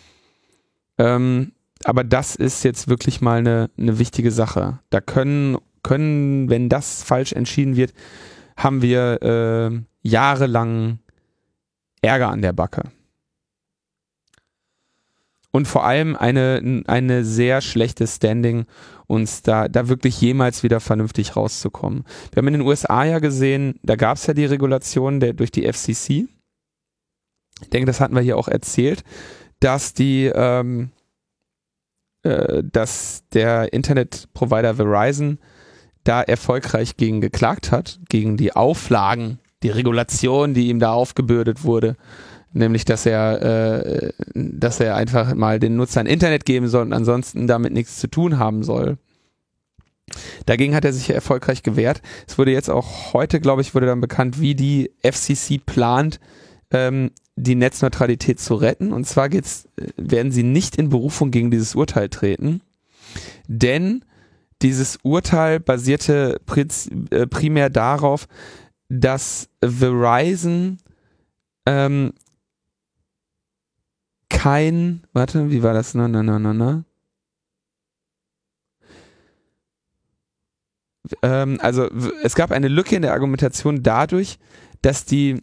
Aber das ist jetzt wirklich mal eine wichtige Sache. Da können, wenn das falsch entschieden wird, haben wir jahrelang Ärger an der Backe. und vor allem eine sehr schlechte Standing, uns da wirklich jemals wieder vernünftig rauszukommen. Wir haben in den USA ja gesehen, da gab es ja die Regulation durch die FCC. Ich denke, das hatten wir hier auch erzählt, dass dass der Internetprovider Verizon da erfolgreich gegen geklagt hat, gegen die Auflagen, die Regulation, die ihm da aufgebürdet wurde, nämlich dass er einfach mal den Nutzern Internet geben soll und ansonsten damit nichts zu tun haben soll. Dagegen hat er sich erfolgreich gewehrt. Es wurde jetzt auch heute, glaube ich, wurde dann bekannt, wie die FCC plant, die Netzneutralität zu retten. Und zwar werden sie nicht in Berufung gegen dieses Urteil treten, denn dieses Urteil basierte primär darauf, dass Verizon wie war das? Also es gab eine Lücke in der Argumentation dadurch, dass die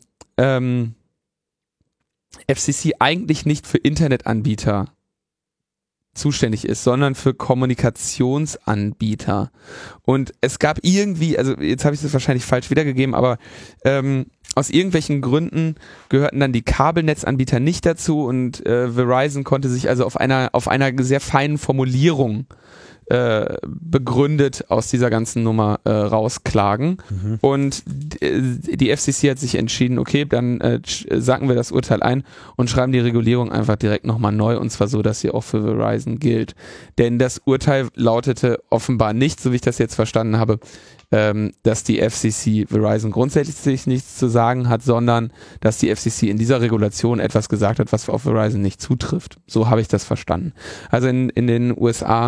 FCC eigentlich nicht für Internetanbieter zuständig ist, sondern für Kommunikationsanbieter. Und es gab irgendwie, also jetzt habe ich das wahrscheinlich falsch wiedergegeben, aber aus irgendwelchen Gründen gehörten dann die Kabelnetzanbieter nicht dazu und Verizon konnte sich also auf einer sehr feinen Formulierung begründet aus dieser ganzen Nummer rausklagen. Mhm. Und die FCC hat sich entschieden, okay, dann sacken wir das Urteil ein und schreiben die Regulierung einfach direkt nochmal neu, und zwar so, dass sie auch für Verizon gilt. Denn das Urteil lautete offenbar nicht, so wie ich das jetzt verstanden habe, dass die FCC Verizon grundsätzlich nichts zu sagen hat, sondern dass die FCC in dieser Regulation etwas gesagt hat, was auf Verizon nicht zutrifft. So habe ich das verstanden. Also in den USA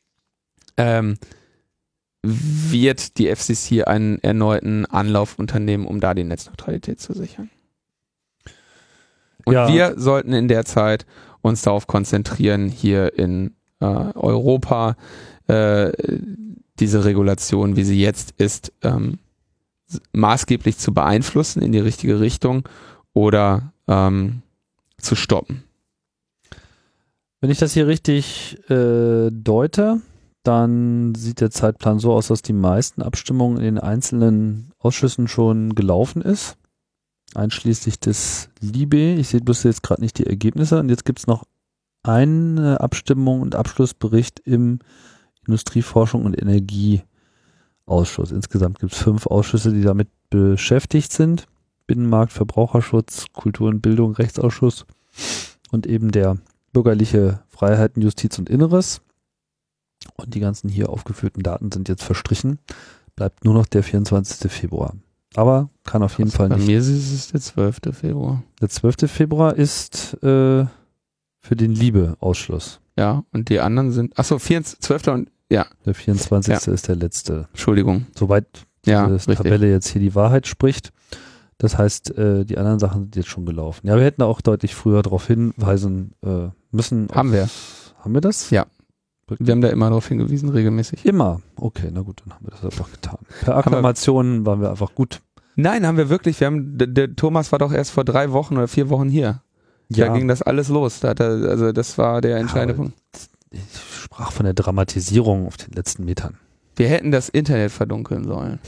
wird die FCC einen erneuten Anlauf unternehmen, um da die Netzneutralität zu sichern. Und wir sollten in der Zeit uns darauf konzentrieren, hier in Europa diese Regulation, wie sie jetzt ist, maßgeblich zu beeinflussen in die richtige Richtung oder zu stoppen. Wenn ich das hier richtig deute, dann sieht der Zeitplan so aus, dass die meisten Abstimmungen in den einzelnen Ausschüssen schon gelaufen ist, einschließlich des LIBE. Ich sehe bloß jetzt gerade nicht die Ergebnisse. Und jetzt gibt es noch eine Abstimmung und Abschlussbericht im Industrieforschung und Energieausschuss. Insgesamt gibt es 5 Ausschüsse, die damit beschäftigt sind. Binnenmarkt, Verbraucherschutz, Kultur und Bildung, Rechtsausschuss und eben der bürgerliche Freiheiten, Justiz und Inneres. Und die ganzen hier aufgeführten Daten sind jetzt verstrichen. Bleibt nur noch der 24. Februar. Aber kann auf jeden Fall nicht. Bei mir ist es der 12. Februar. Der 12. Februar ist für den LIBE-Ausschluss. Ja, und die anderen sind, 12. und, ja. Der 24. ist der letzte. Entschuldigung. Soweit die Tabelle jetzt hier die Wahrheit spricht. Das heißt, die anderen Sachen sind jetzt schon gelaufen. Ja, wir hätten auch deutlich früher darauf hinweisen müssen. Haben wir. Haben wir das? Ja. Wir haben da immer darauf hingewiesen, regelmäßig. Immer? Okay, na gut, dann haben wir das einfach getan. Per Akklamation waren wir einfach gut. Nein, haben wir wirklich. Der Thomas war doch erst vor 3 Wochen oder 4 Wochen hier. Ja. Da ging das alles los. Das war der entscheidende Punkt. Ich sprach von der Dramatisierung auf den letzten Metern. Wir hätten das Internet verdunkeln sollen.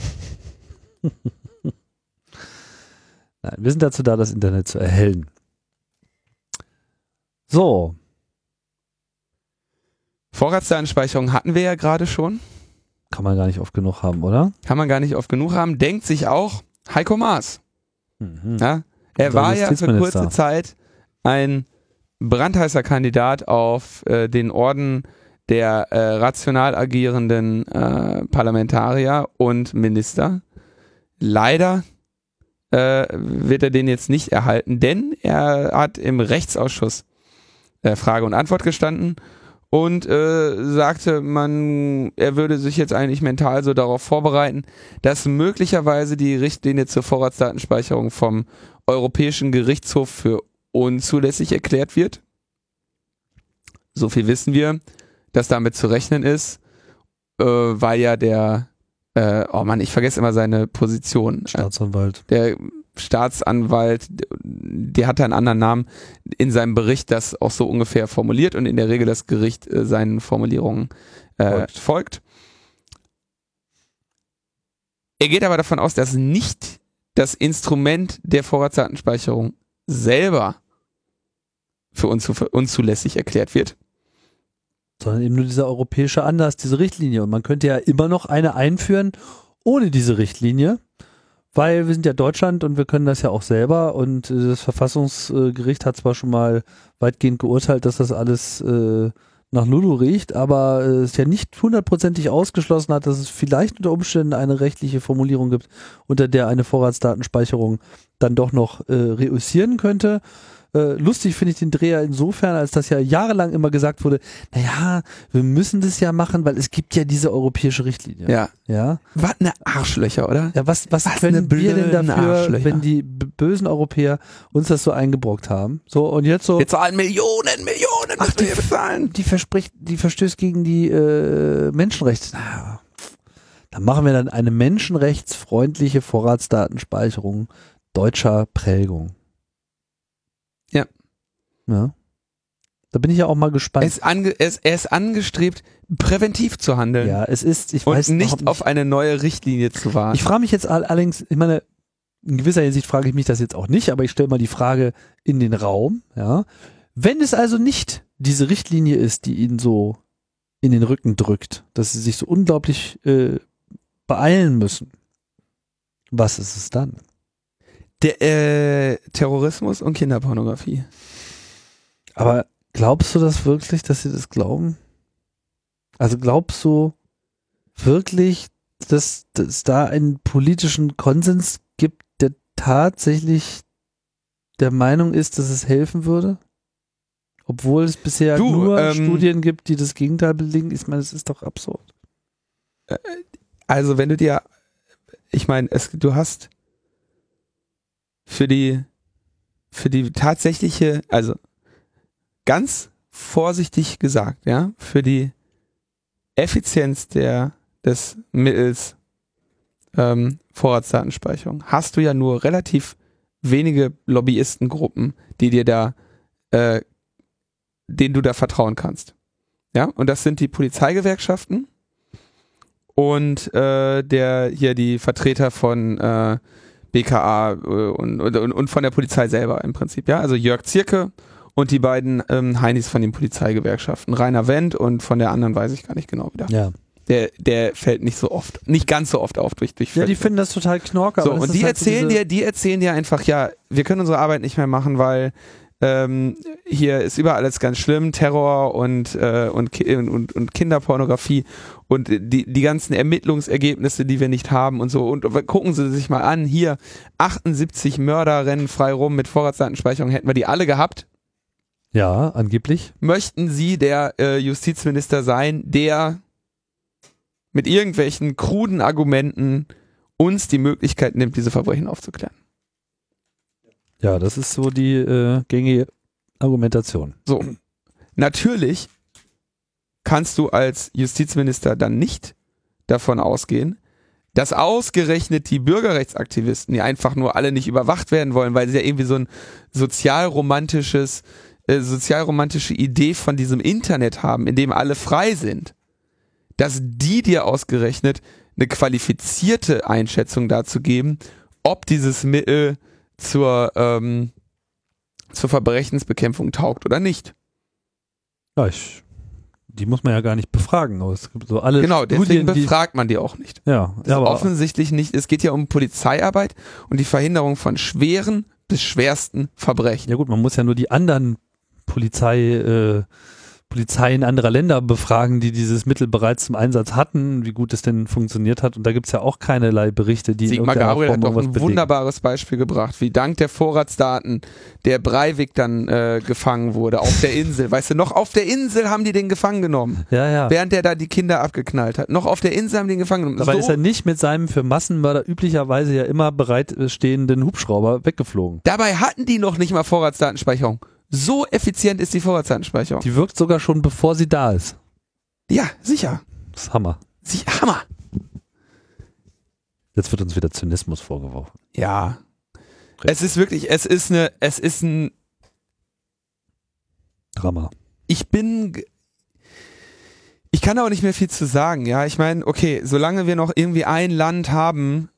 Nein, wir sind dazu da, das Internet zu erhellen. So. Vorratsdatenspeicherung hatten wir ja gerade schon. Kann man gar nicht oft genug haben, oder? Kann man gar nicht oft genug haben. Denkt sich auch Heiko Maas. Mhm. Ja, er war ja für kurze Zeit ein brandheißer Kandidat auf den Orden der rational agierenden Parlamentarier und Minister. Leider wird er den jetzt nicht erhalten, denn er hat im Rechtsausschuss Frage und Antwort gestanden und sagte, er würde sich jetzt eigentlich mental so darauf vorbereiten, dass möglicherweise die Richtlinie zur Vorratsdatenspeicherung vom Europäischen Gerichtshof für unzulässig erklärt wird. So viel wissen wir, dass damit zu rechnen ist, weil ja ich vergesse immer seine Position. Staatsanwalt. Der Staatsanwalt die hat einen anderen Namen, in seinem Bericht das auch so ungefähr formuliert und in der Regel das Gericht seinen Formulierungen folgt. Er geht aber davon aus, dass nicht das Instrument der Vorratsdatenspeicherung selber für unzulässig erklärt wird. Sondern eben nur dieser europäische Anlass, diese Richtlinie. Und man könnte ja immer noch eine einführen ohne diese Richtlinie, weil wir sind ja Deutschland und wir können das ja auch selber. Und das Verfassungsgericht hat zwar schon mal weitgehend geurteilt, dass das alles nach Lulu riecht, aber es ja nicht hundertprozentig ausgeschlossen hat, dass es vielleicht unter Umständen eine rechtliche Formulierung gibt, unter der eine Vorratsdatenspeicherung dann doch noch reüssieren könnte. Lustig finde ich den Dreher insofern, als das ja jahrelang immer gesagt wurde, naja, wir müssen das ja machen, weil es gibt ja diese europäische Richtlinie. Ja. Was eine Arschlöcher, oder? Ja, was können wir denn dafür, wenn die bösen Europäer uns das so eingebrockt haben? So, und jetzt so. Wir zahlen Millionen müssen wir bezahlen. Die verstößt gegen die Menschenrechte. Naja, dann machen wir dann eine menschenrechtsfreundliche Vorratsdatenspeicherung deutscher Prägung. Ja. Da bin ich ja auch mal gespannt. Er ist angestrebt, präventiv zu handeln. Ja, es ist, ich und weiß nicht auf eine neue Richtlinie zu warten. Ich frage mich jetzt allerdings, ich meine, in gewisser Hinsicht frage ich mich das jetzt auch nicht, aber ich stelle mal die Frage in den Raum, ja. Wenn es also nicht diese Richtlinie ist, die ihn so in den Rücken drückt, dass sie sich so unglaublich beeilen müssen, was ist es dann? Der Terrorismus und Kinderpornografie. Aber glaubst du das wirklich, dass sie das glauben? Also glaubst du wirklich, dass es da einen politischen Konsens gibt, der tatsächlich der Meinung ist, dass es helfen würde? Obwohl es bisher nur Studien gibt, die das Gegenteil belegen. Ich meine, es ist doch absurd. Also wenn du dir, ich meine, du hast für die tatsächliche, also ganz vorsichtig gesagt, ja, für die Effizienz des Mittels Vorratsdatenspeicherung hast du ja nur relativ wenige Lobbyistengruppen, die dir da, denen du da vertrauen kannst. Ja, und das sind die Polizeigewerkschaften und die Vertreter von BKA und von der Polizei selber im Prinzip, ja, also Jörg Zierke und die beiden Heinis von den Polizeigewerkschaften, Rainer Wendt und von der anderen weiß ich gar nicht genau wieder. Ja. Der fällt nicht ganz so oft auf durch ja, die finden das total knorke. So, und die erzählen dir einfach, ja, wir können unsere Arbeit nicht mehr machen, weil hier ist überall alles ganz schlimm, Terror und Kinderpornografie und die ganzen Ermittlungsergebnisse, die wir nicht haben und so. Und gucken Sie sich mal an, hier 78 Mörder rennen frei rum mit Vorratsdatenspeicherung, hätten wir die alle gehabt. Ja, angeblich. Möchten Sie der Justizminister sein, der mit irgendwelchen kruden Argumenten uns die Möglichkeit nimmt, diese Verbrechen aufzuklären? Ja, das ist so die gängige Argumentation. So, natürlich kannst du als Justizminister dann nicht davon ausgehen, dass ausgerechnet die Bürgerrechtsaktivisten, die einfach nur alle nicht überwacht werden wollen, weil sie ja irgendwie so ein sozialromantische Idee von diesem Internet haben, in dem alle frei sind, dass die dir ausgerechnet eine qualifizierte Einschätzung dazu geben, ob dieses Mittel zur Verbrechensbekämpfung taugt oder nicht. Ja, die muss man ja gar nicht befragen. Aber es gibt so alle genau, deswegen Studien, befragt man die auch nicht. Ja, aber offensichtlich nicht. Es geht ja um Polizeiarbeit und die Verhinderung von schweren bis schwersten Verbrechen. Ja gut, man muss ja nur die anderen Polizeien anderer Länder befragen, die dieses Mittel bereits zum Einsatz hatten, wie gut es denn funktioniert hat. Und da gibt es ja auch keinerlei Berichte, die Sigmar in irgendeiner Gabriel Form hat doch ein belegen. wunderbares Beispiel gebracht, wie dank der Vorratsdaten der Breivik dann gefangen wurde auf der Insel. Weißt du, noch auf der Insel haben die den gefangen genommen. Ja. Während der da die Kinder abgeknallt hat. Noch auf der Insel haben die den gefangen genommen. Dabei ist er nicht mit seinem für Massenmörder üblicherweise ja immer bereitstehenden Hubschrauber weggeflogen. Dabei hatten die noch nicht mal Vorratsdatenspeicherung. So effizient ist die Vorratsdatenspeicherung. Die wirkt sogar schon, bevor sie da ist. Ja, sicher. Das ist Hammer. Hammer. Jetzt wird uns wieder Zynismus vorgeworfen. Ja. Es ist wirklich, es ist ein Drama. Ich kann aber nicht mehr viel zu sagen, ja. Ich meine, okay, solange wir noch irgendwie ein Land haben,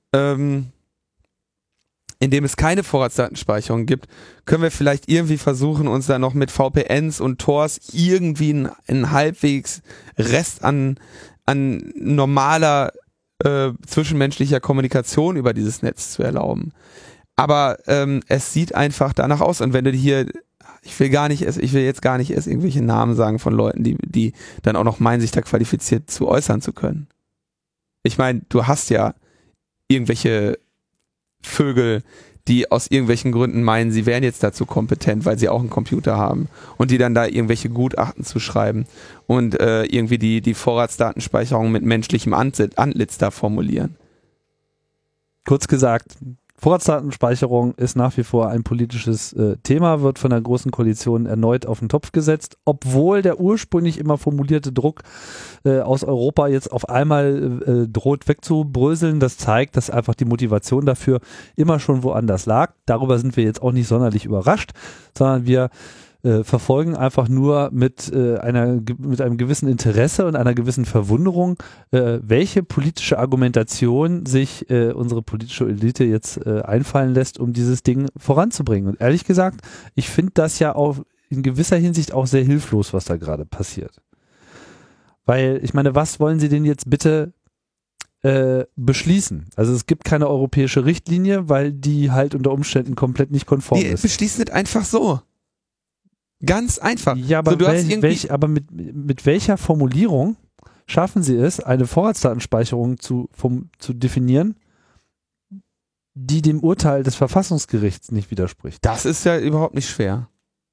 in dem es keine Vorratsdatenspeicherung gibt, können wir vielleicht irgendwie versuchen, uns da noch mit VPNs und Tors irgendwie einen halbwegs Rest an normaler zwischenmenschlicher Kommunikation über dieses Netz zu erlauben. Aber es sieht einfach danach aus. Und wenn du hier, ich will jetzt gar nicht erst irgendwelche Namen sagen von Leuten, die dann auch noch meinen, sich da qualifiziert zu äußern zu können. Ich meine, du hast ja irgendwelche Vögel, die aus irgendwelchen Gründen meinen, sie wären jetzt dazu kompetent, weil sie auch einen Computer haben und die dann da irgendwelche Gutachten zu schreiben und irgendwie die Vorratsdatenspeicherung mit menschlichem Antlitz da formulieren. Kurz gesagt, Vorratsdatenspeicherung ist nach wie vor ein politisches Thema, wird von der Großen Koalition erneut auf den Topf gesetzt, obwohl der ursprünglich immer formulierte Druck aus Europa jetzt auf einmal droht wegzubröseln. Das zeigt, dass einfach die Motivation dafür immer schon woanders lag. Darüber sind wir jetzt auch nicht sonderlich überrascht, sondern wir verfolgen einfach nur mit einem gewissen Interesse und einer gewissen Verwunderung, welche politische Argumentation sich unsere politische Elite jetzt einfallen lässt, um dieses Ding voranzubringen. Und ehrlich gesagt, ich finde das ja auch in gewisser Hinsicht auch sehr hilflos, was da gerade passiert. Weil, ich meine, was wollen sie denn jetzt bitte beschließen? Also es gibt keine europäische Richtlinie, weil die halt unter Umständen komplett nicht konform ist. Beschließen nicht einfach so. Ganz einfach. Ja, aber, so, aber mit welcher Formulierung schaffen sie es, eine Vorratsdatenspeicherung zu definieren, die dem Urteil des Verfassungsgerichts nicht widerspricht? Das ist ja überhaupt nicht schwer.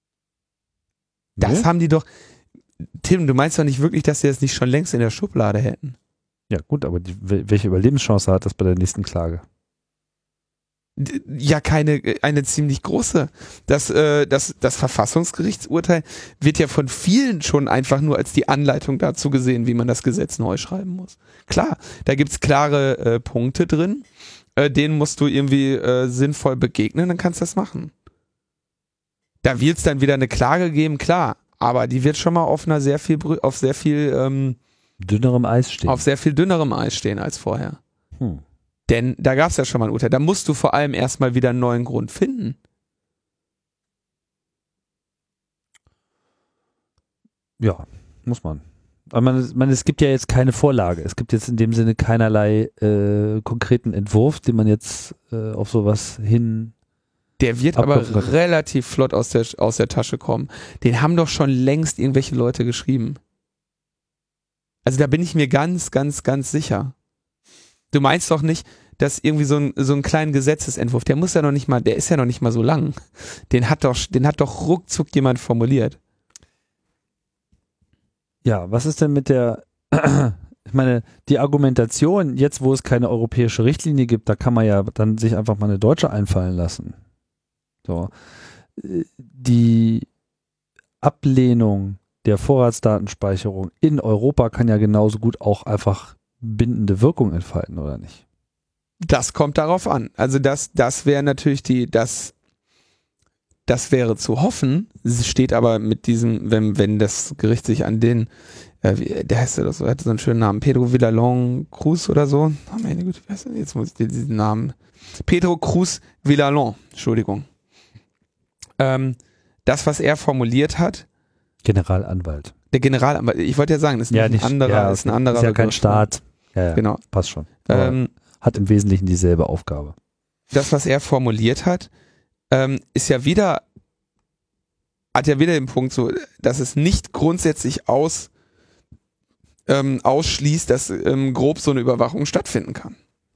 Das haben die doch. Tim, du meinst doch nicht wirklich, dass sie das nicht schon längst in der Schublade hätten? Ja gut, aber welche Überlebenschance hat das bei der nächsten Klage? Ja, eine ziemlich große. Das Verfassungsgerichtsurteil wird ja von vielen schon einfach nur als die Anleitung dazu gesehen, wie man das Gesetz neu schreiben muss. Klar, da gibt's klare Punkte drin, denen musst du irgendwie sinnvoll begegnen, dann kannst du das machen. Da wird's dann wieder eine Klage geben, klar, aber die wird schon mal auf sehr viel dünnerem Eis stehen. Auf sehr viel dünnerem Eis stehen als vorher. Denn da gab es ja schon mal ein Urteil. Da musst du vor allem erstmal wieder einen neuen Grund finden. Ja, muss man. Aber es gibt ja jetzt keine Vorlage. Es gibt jetzt in dem Sinne keinerlei konkreten Entwurf, den man jetzt auf sowas hin. Der wird aber relativ flott aus der Tasche kommen. Den haben doch schon längst irgendwelche Leute geschrieben. Also da bin ich mir ganz, ganz, ganz sicher. Du meinst doch nicht, dass irgendwie so ein kleinen Gesetzesentwurf, der ist ja noch nicht mal so lang. Den hat doch ruckzuck jemand formuliert. Ja, was ist denn mit der, ich meine, die Argumentation, jetzt wo es keine europäische Richtlinie gibt, da kann man ja dann sich einfach mal eine deutsche einfallen lassen. So. Die Ablehnung der Vorratsdatenspeicherung in Europa kann ja genauso gut auch einfach bindende Wirkung entfalten, oder nicht? Das kommt darauf an. Also das wäre natürlich das wäre zu hoffen. Es steht aber mit diesem, wenn das Gericht sich an den, der heißt ja das, hat so einen schönen Namen, Pedro Villalón Cruz oder so. Oh meine Güte, wie heißt denn? Jetzt muss ich dir diesen Namen. Pedro Cruz Villalón, Entschuldigung. Das, was er formuliert hat. Generalanwalt. Der Generalanwalt, ich wollte ja sagen, das ist ein anderer. Ist ja kein Staat. Ja, genau. Passt schon. Hat im Wesentlichen dieselbe Aufgabe. Das, was er formuliert hat, hat ja wieder den Punkt so, dass es nicht grundsätzlich ausschließt, dass grob so eine Überwachung stattfinden kann.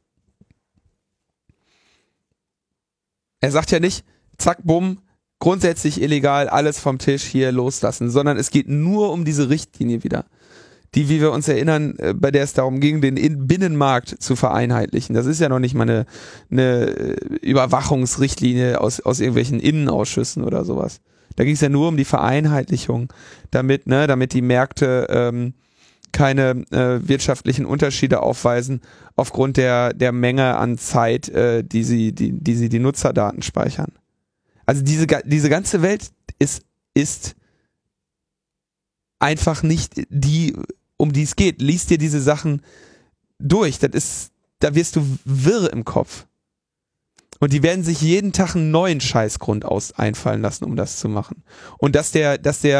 Er sagt ja nicht, zack, bumm, grundsätzlich illegal, alles vom Tisch hier loslassen, sondern es geht nur um diese Richtlinie wieder. Die, wie wir uns erinnern, bei der es darum ging, den Binnenmarkt zu vereinheitlichen. Das ist ja noch nicht mal eine Überwachungsrichtlinie aus irgendwelchen Innenausschüssen oder sowas. Da ging es ja nur um die Vereinheitlichung, damit die Märkte wirtschaftlichen Unterschiede aufweisen aufgrund der Menge an Zeit, die sie die Nutzerdaten speichern. Also diese ganze Welt ist einfach nicht die, um die es geht. Lies dir diese Sachen durch. Da wirst du wirr im Kopf. Und die werden sich jeden Tag einen neuen Scheißgrund einfallen lassen, um das zu machen. Und dieser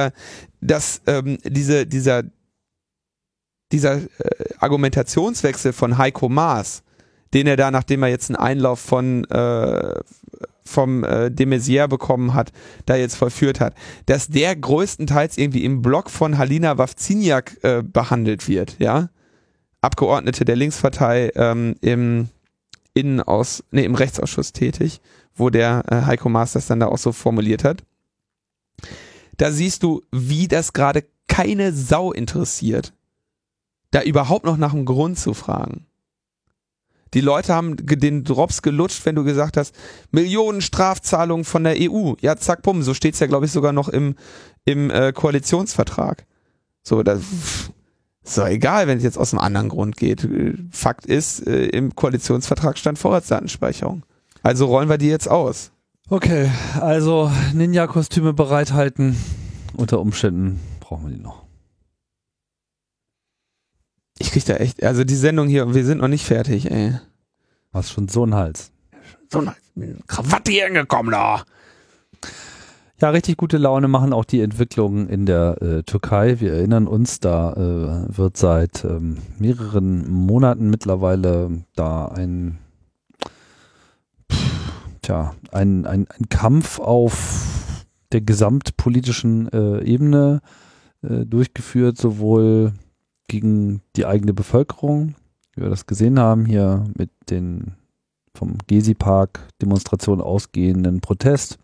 Argumentationswechsel von Heiko Maas, den er da, nachdem er jetzt einen Einlauf vom de Maizière bekommen hat, da jetzt vollführt hat, dass der größtenteils irgendwie im Blog von Halina Wawrzyniak behandelt wird, ja? Abgeordnete der Linkspartei im Rechtsausschuss tätig, wo der Heiko Maas das dann da auch so formuliert hat. Da siehst du, wie das gerade keine Sau interessiert, da überhaupt noch nach dem Grund zu fragen. Die Leute haben den Drops gelutscht, wenn du gesagt hast, Millionen Strafzahlungen von der EU. Ja, zack, bumm, so steht's ja, glaube ich, sogar noch im Koalitionsvertrag. So, das ist doch egal, wenn es jetzt aus einem anderen Grund geht. Fakt ist, im Koalitionsvertrag stand Vorratsdatenspeicherung. Also rollen wir die jetzt aus. Okay, also Ninja-Kostüme bereithalten. Unter Umständen brauchen wir die noch. Ich krieg da echt, also die Sendung hier, wir sind noch nicht fertig, ey. Hast schon so einen Hals. So eine Krawatte hier angekommen da. Ja, richtig gute Laune machen auch die Entwicklungen in der Türkei. Wir erinnern uns, da wird seit mehreren Monaten mittlerweile da ein Kampf auf der gesamtpolitischen Ebene durchgeführt, sowohl gegen die eigene Bevölkerung, wie wir das gesehen haben, hier mit den vom Gezi-Park Demonstrationen ausgehenden Protest,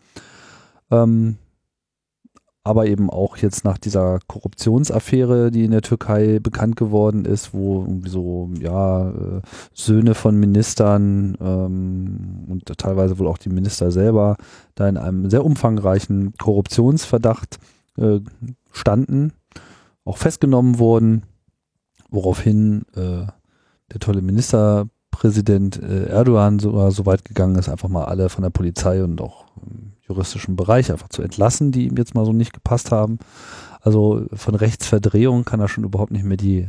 aber eben auch jetzt nach dieser Korruptionsaffäre, die in der Türkei bekannt geworden ist, wo irgendwie so, Söhne von Ministern und teilweise wohl auch die Minister selber da in einem sehr umfangreichen Korruptionsverdacht standen, auch festgenommen wurden, woraufhin der tolle Ministerpräsident Erdogan sogar so weit gegangen ist, einfach mal alle von der Polizei und auch im juristischen Bereich einfach zu entlassen, die ihm jetzt mal so nicht gepasst haben. Also von Rechtsverdrehung kann da schon überhaupt nicht mehr die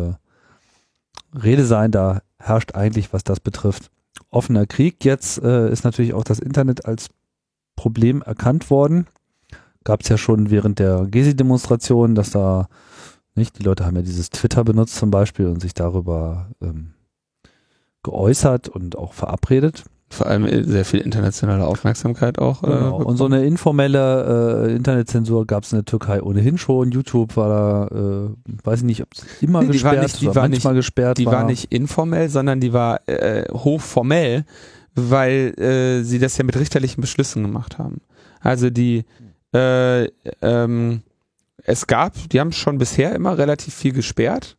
Rede sein. Da herrscht eigentlich, was das betrifft, offener Krieg. Jetzt ist natürlich auch das Internet als Problem erkannt worden. Gab es ja schon während der Gezi-Demonstration, dass da die Leute haben ja dieses Twitter benutzt zum Beispiel und sich darüber geäußert und auch verabredet. Vor allem sehr viel internationale Aufmerksamkeit auch. Genau. Und so eine informelle Internetzensur gab es in der Türkei ohnehin schon. YouTube war da, weiß ich nicht, ob es immer gesperrt oder manchmal gesperrt war. Die war nicht informell, sondern die war hochformell, weil sie das ja mit richterlichen Beschlüssen gemacht haben. Also die die haben schon bisher immer relativ viel gesperrt,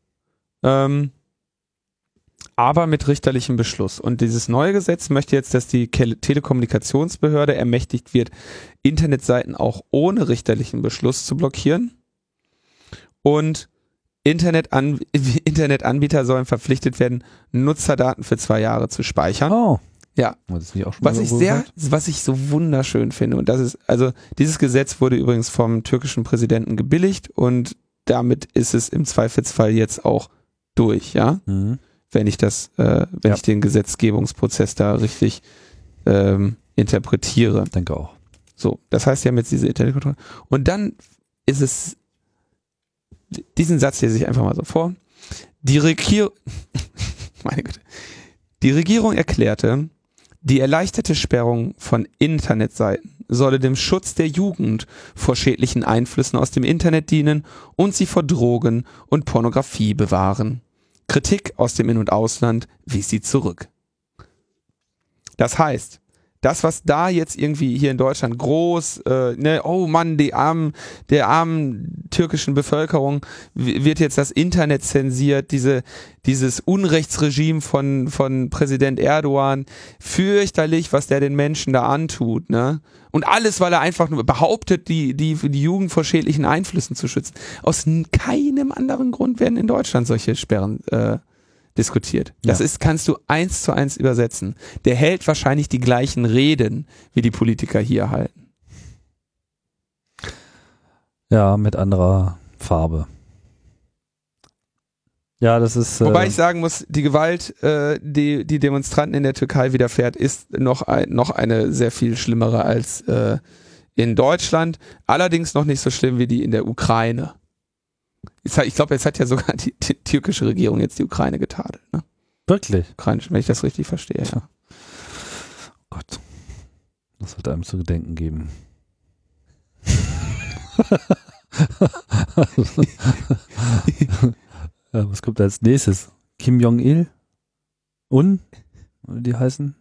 aber mit richterlichem Beschluss. Und dieses neue Gesetz möchte jetzt, dass die Telekommunikationsbehörde ermächtigt wird, Internetseiten auch ohne richterlichen Beschluss zu blockieren. Und Internetanbieter sollen verpflichtet werden, Nutzerdaten für 2 Jahre zu speichern. Oh. Ja, das auch schon was ich so wunderschön finde, und das ist, also dieses Gesetz wurde übrigens vom türkischen Präsidenten gebilligt und damit ist es im Zweifelsfall jetzt auch durch, ja, wenn ich ich den Gesetzgebungsprozess da richtig interpretiere. Ich denke auch. So, das heißt, ja jetzt diese Internetkontrolle. Und dann ist es, diesen Satz lese ich einfach mal so vor. Die Regierung erklärte, die erleichterte Sperrung von Internetseiten solle dem Schutz der Jugend vor schädlichen Einflüssen aus dem Internet dienen und sie vor Drogen und Pornografie bewahren. Kritik aus dem In- und Ausland wies sie zurück. Das heißt, das, was da jetzt irgendwie hier in Deutschland groß, oh Mann, der armen türkischen Bevölkerung wird jetzt das Internet zensiert, dieses Unrechtsregime von Präsident Erdogan, fürchterlich, was der den Menschen da antut, ne? Und alles, weil er einfach nur behauptet, die Jugend vor schädlichen Einflüssen zu schützen. Aus keinem anderen Grund werden in Deutschland solche Sperren diskutiert. Das kannst du 1:1 übersetzen. Der hält wahrscheinlich die gleichen Reden, wie die Politiker hier halten. Ja, mit anderer Farbe. Ja, das ist. Wobei ich sagen muss, die Gewalt, die Demonstranten in der Türkei widerfährt, ist noch eine sehr viel schlimmere als in Deutschland. Allerdings noch nicht so schlimm wie die in der Ukraine. Ich glaube, jetzt hat ja sogar die türkische Regierung jetzt die Ukraine getadelt. Ne? Wirklich? Ukrainisch, wenn ich das richtig verstehe, ja. Oh Gott. Das wird einem zu gedenken geben. Ja, was kommt als nächstes? Kim Jong-il? Die heißen?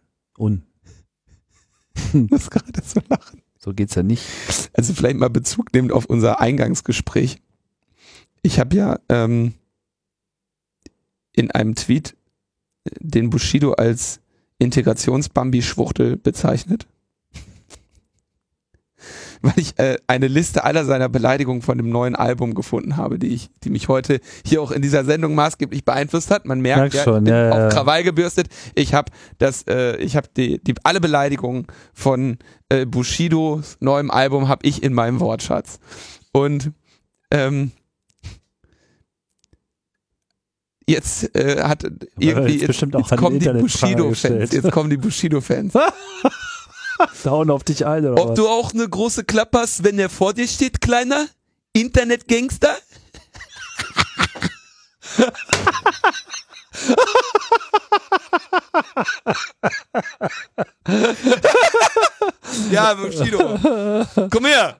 Das gerade so lachen. So geht's ja nicht. Also vielleicht mal Bezug nehmend auf unser Eingangsgespräch. Ich habe ja in einem Tweet den Bushido als Integrationsbambi-Schwuchtel bezeichnet, weil ich eine Liste aller seiner Beleidigungen von dem neuen Album gefunden habe, die mich heute hier auch in dieser Sendung maßgeblich beeinflusst hat. Man merkt, ich bin auf Krawall gebürstet. Ich habe alle Beleidigungen von Bushidos neuem Album habe ich in meinem Wortschatz. Und jetzt kommen die Bushido-Fans. Da hauen auf dich ein, oder Ob du auch eine große Klappe hast, wenn er vor dir steht, kleiner Internetgangster? Ja, Bushido. Komm her.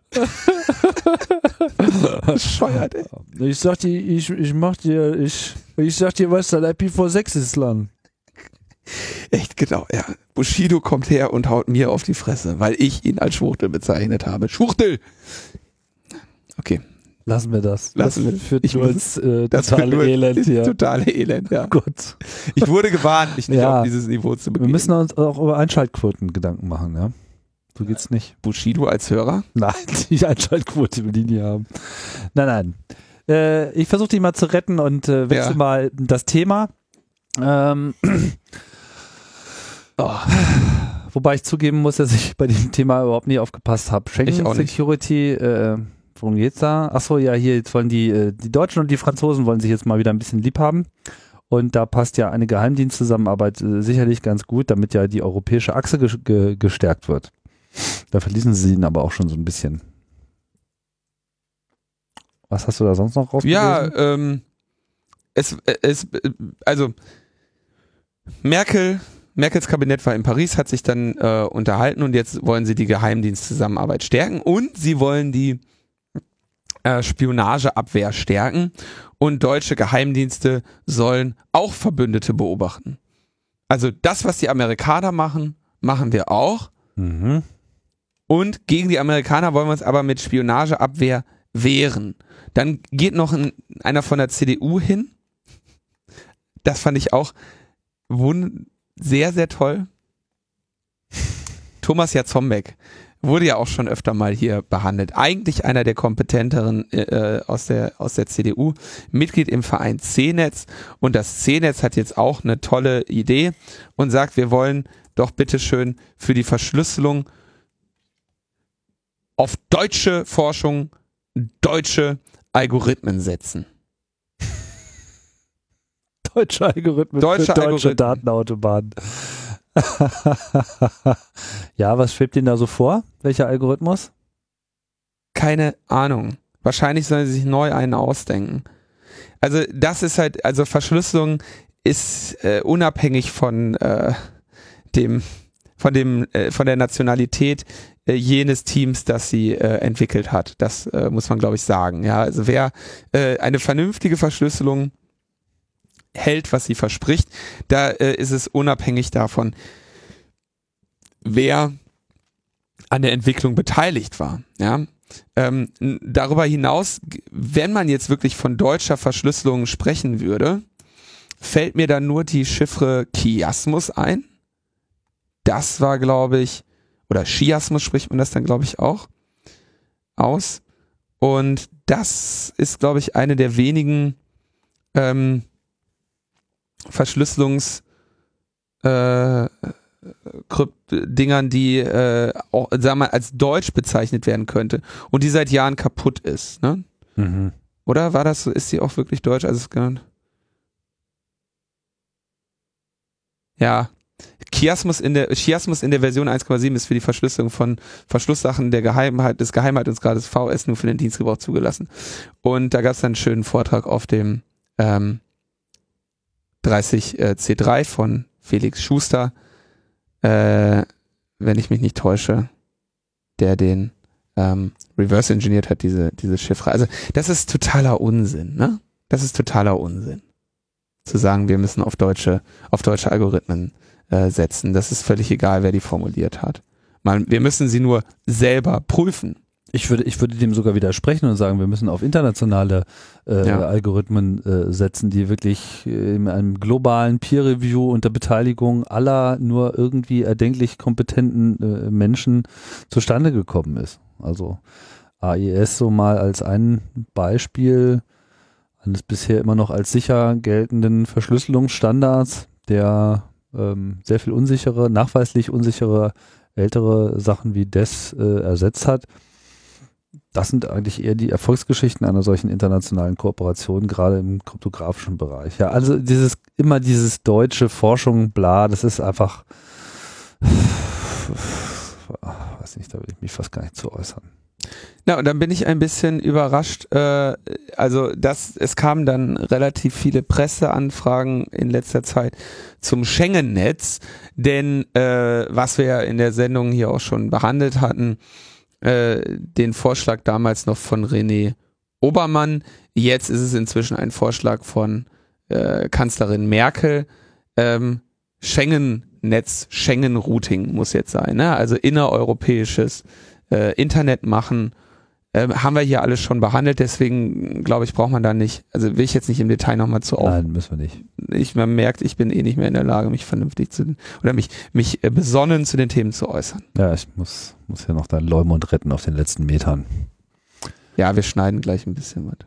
Bescheuert, ey. Ich sag dir, was der IPv6 ist, Land. Echt, genau, ja. Bushido kommt her und haut mir auf die Fresse, weil ich ihn als Schwuchtel bezeichnet habe. Schwuchtel! Okay. Lassen wir das. Das führt nur ins totale Elend hier. Totale Elend, ja. Gut. Ich wurde gewarnt, mich nicht auf dieses Niveau zu begeben. Wir müssen uns auch über Einschaltquoten Gedanken machen, ja. So geht's nicht. Bushido als Hörer? Nein, die Einschaltquote will die nie haben. Nein. Ich versuche dich mal zu retten und wechsle mal das Thema. Wobei ich zugeben muss, dass ich bei dem Thema überhaupt nie aufgepasst habe. Schengen Security, worum geht's da? Achso, ja, hier jetzt wollen die Deutschen und die Franzosen wollen sich jetzt mal wieder ein bisschen lieb haben. Und da passt ja eine Geheimdienstzusammenarbeit sicherlich ganz gut, damit ja die europäische Achse gestärkt wird. Da verließen sie ihn aber auch schon so ein bisschen. Was hast du da sonst noch rausgelesen? Ja, Merkels Kabinett war in Paris, hat sich dann unterhalten und jetzt wollen sie die Geheimdienstzusammenarbeit stärken und sie wollen die Spionageabwehr stärken und deutsche Geheimdienste sollen auch Verbündete beobachten. Also das, was die Amerikaner machen, machen wir auch. Mhm. Und gegen die Amerikaner wollen wir uns aber mit Spionageabwehr wehren. Dann geht noch einer von der CDU hin. Das fand ich auch sehr, sehr toll. Thomas Jatzombeck wurde ja auch schon öfter mal hier behandelt. Eigentlich einer der kompetenteren aus der CDU, Mitglied im Verein C-Netz. Und das C-Netz hat jetzt auch eine tolle Idee und sagt, wir wollen doch bitteschön für die Verschlüsselung auf deutsche Forschung, deutsche Algorithmen setzen. Deutsche Algorithmen für deutsche Datenautobahnen. Ja, was schwebt Ihnen da so vor? Welcher Algorithmus? Keine Ahnung. Wahrscheinlich sollen sie sich neu einen ausdenken. Also das ist halt, also Verschlüsselung ist unabhängig von der Nationalität jenes Teams, das sie entwickelt hat. Das muss man, glaube ich, sagen. Ja, also wer eine vernünftige Verschlüsselung hält, was sie verspricht, da ist es unabhängig davon, wer an der Entwicklung beteiligt war. Ja? Darüber hinaus, wenn man jetzt wirklich von deutscher Verschlüsselung sprechen würde, fällt mir dann nur die Chiffre Chiasmus ein. Das war, glaube ich, oder Chiasmus spricht man das dann, glaube ich, auch aus. Und das ist, glaube ich, eine der wenigen Verschlüsselungs Dingern, die auch, sagen wir mal, als deutsch bezeichnet werden könnte und die seit Jahren kaputt ist, ne? Mhm. Oder war das so, ist die auch wirklich deutsch? Also ja, Chiasmus in der Version 1,7 ist für die Verschlüsselung von Verschlusssachen des Geheimhaltungsgrades VS nur für den Dienstgebrauch zugelassen. Und da gab es dann einen schönen Vortrag auf dem 30C3 von Felix Schuster, wenn ich mich nicht täusche, der den reverse engineert hat, diese Chiffre. Also das ist totaler Unsinn, ne? Das ist totaler Unsinn. Zu sagen, wir müssen auf deutsche Algorithmen setzen. Das ist völlig egal, wer die formuliert hat. Wir müssen sie nur selber prüfen. Ich würde dem sogar widersprechen und sagen, wir müssen auf internationale Algorithmen setzen, die wirklich in einem globalen Peer-Review unter Beteiligung aller nur irgendwie erdenklich kompetenten Menschen zustande gekommen ist. Also AES so mal als ein Beispiel eines bisher immer noch als sicher geltenden Verschlüsselungsstandards, der sehr viel nachweislich unsichere ältere Sachen wie DES ersetzt hat. Das sind eigentlich eher die Erfolgsgeschichten einer solchen internationalen Kooperation, gerade im kryptografischen Bereich. Ja, also dieses deutsche Forschung, bla, das ist einfach, weiß nicht, da will ich mich fast gar nicht zu äußern. Na, und dann bin ich ein bisschen überrascht, es kamen dann relativ viele Presseanfragen in letzter Zeit zum Schengen-Netz, denn was wir ja in der Sendung hier auch schon behandelt hatten, den Vorschlag damals noch von René Obermann, jetzt ist es inzwischen ein Vorschlag von Kanzlerin Merkel, Schengen-Netz, Schengen-Routing muss jetzt sein, ne? Also innereuropäisches Internet machen, haben wir hier alles schon behandelt, deswegen glaube ich, braucht man da nicht, also will ich jetzt nicht im Detail nochmal Nein, müssen wir nicht. Man merkt, ich bin nicht mehr in der Lage, mich vernünftig mich besonnen zu den Themen zu äußern. Ja, ich muss ja noch deinen Leumund retten auf den letzten Metern. Ja, wir schneiden gleich ein bisschen was.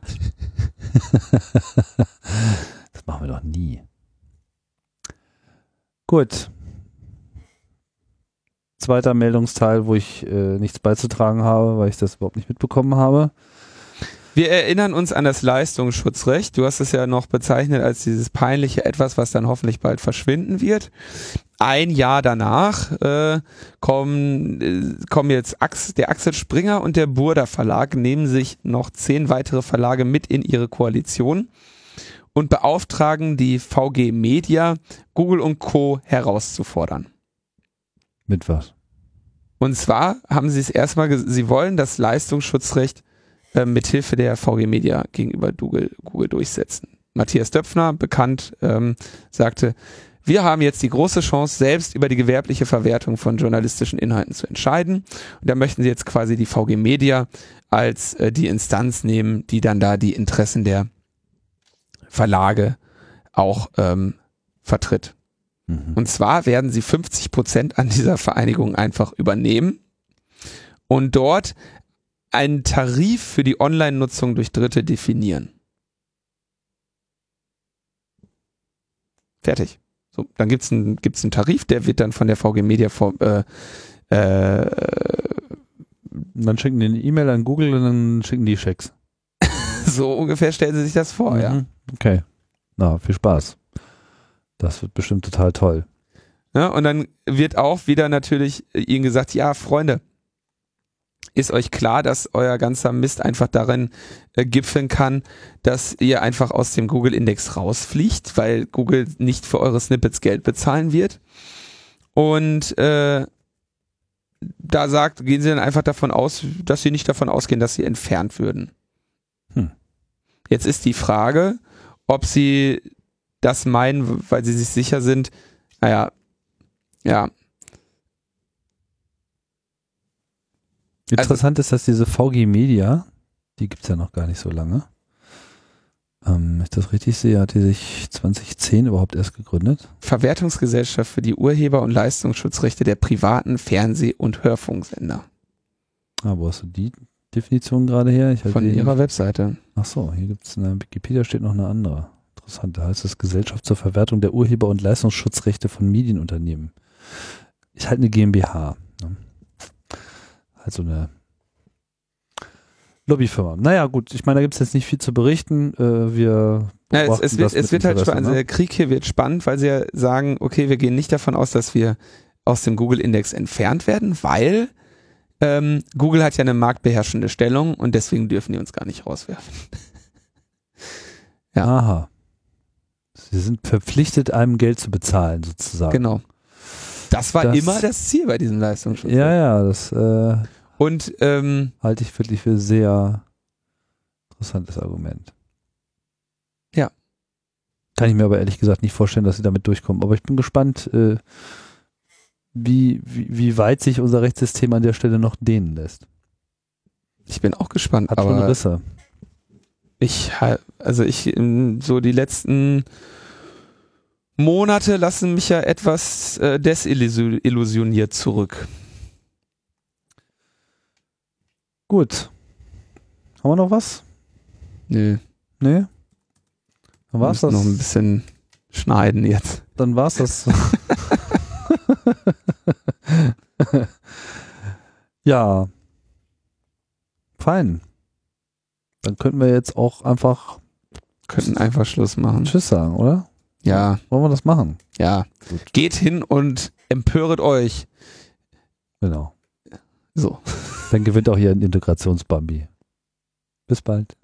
Das machen wir doch nie. Gut. Zweiter Meldungsteil, wo ich nichts beizutragen habe, weil ich das überhaupt nicht mitbekommen habe. Wir erinnern uns an das Leistungsschutzrecht. Du hast es ja noch bezeichnet als dieses peinliche Etwas, was dann hoffentlich bald verschwinden wird. Ein Jahr danach kommen jetzt der Axel Springer und der Burda Verlag, nehmen sich noch 10 weitere Verlage mit in ihre Koalition und beauftragen die VG Media, Google und Co. herauszufordern. Mit was? Und zwar haben sie es erstmal, sie wollen das Leistungsschutzrecht mithilfe der VG Media gegenüber Google durchsetzen. Matthias Döpfner, bekannt, sagte, wir haben jetzt die große Chance, selbst über die gewerbliche Verwertung von journalistischen Inhalten zu entscheiden. Und da möchten sie jetzt quasi die VG Media als die Instanz nehmen, die dann da die Interessen der Verlage auch vertritt. Und zwar werden sie 50% an dieser Vereinigung einfach übernehmen und dort einen Tarif für die Online-Nutzung durch Dritte definieren. Fertig. So, dann gibt's einen Tarif, der wird dann von der VG Media dann schicken die eine E-Mail an Google und dann schicken die Schecks. So ungefähr stellen sie sich das vor, ja. Okay. Na, viel Spaß. Das wird bestimmt total toll. Ja, und dann wird auch wieder natürlich ihnen gesagt, ja, Freunde, ist euch klar, dass euer ganzer Mist einfach darin gipfeln kann, dass ihr einfach aus dem Google-Index rausfliegt, weil Google nicht für eure Snippets Geld bezahlen wird. Und gehen sie dann einfach davon aus, dass sie nicht davon ausgehen, dass sie entfernt würden. Jetzt ist die Frage, ob sie das meinen, weil sie sich sicher sind, naja, ja, Interessant ist, dass diese VG Media, die gibt es ja noch gar nicht so lange. Wenn ich das richtig sehe, hat die sich 2010 überhaupt erst gegründet. Verwertungsgesellschaft für die Urheber- und Leistungsschutzrechte der privaten Fernseh- und Hörfunksender. Ah, wo hast du die Definition gerade her? Von ihrer Webseite. Ach so, hier gibt es in der Wikipedia steht noch eine andere. Interessant, da heißt es Gesellschaft zur Verwertung der Urheber- und Leistungsschutzrechte von Medienunternehmen. Ist halt eine GmbH. Ne? Halt so eine Lobbyfirma. Naja, gut, ich meine, da gibt es jetzt nicht viel zu berichten. Es wird halt spannend. Also der Krieg hier wird spannend, weil sie ja sagen, okay, wir gehen nicht davon aus, dass wir aus dem Google-Index entfernt werden, weil Google hat ja eine marktbeherrschende Stellung und deswegen dürfen die uns gar nicht rauswerfen. Ja. Aha. Sie sind verpflichtet, einem Geld zu bezahlen, sozusagen. Genau. Das war immer das Ziel bei diesem Leistungsschutz. Ja, das und halte ich wirklich für sehr interessantes Argument. Ja. Kann ich mir aber ehrlich gesagt nicht vorstellen, dass sie damit durchkommen. Aber ich bin gespannt, wie weit sich unser Rechtssystem an der Stelle noch dehnen lässt. Ich bin auch gespannt. Hat schon Risse. So die letzten Monate lassen mich ja etwas desillusioniert zurück. Gut. Haben wir noch was? Nö. Nee? Dann war's das. Noch ein bisschen schneiden jetzt. Dann war's das. Ja. Fein. Dann könnten wir jetzt auch einfach Schluss machen. Tschüss sagen, oder? Ja. Wollen wir das machen? Ja. Gut. Geht hin und empöret euch. Genau. So. Dann gewinnt auch hier ein Integrationsbambi. Bis bald.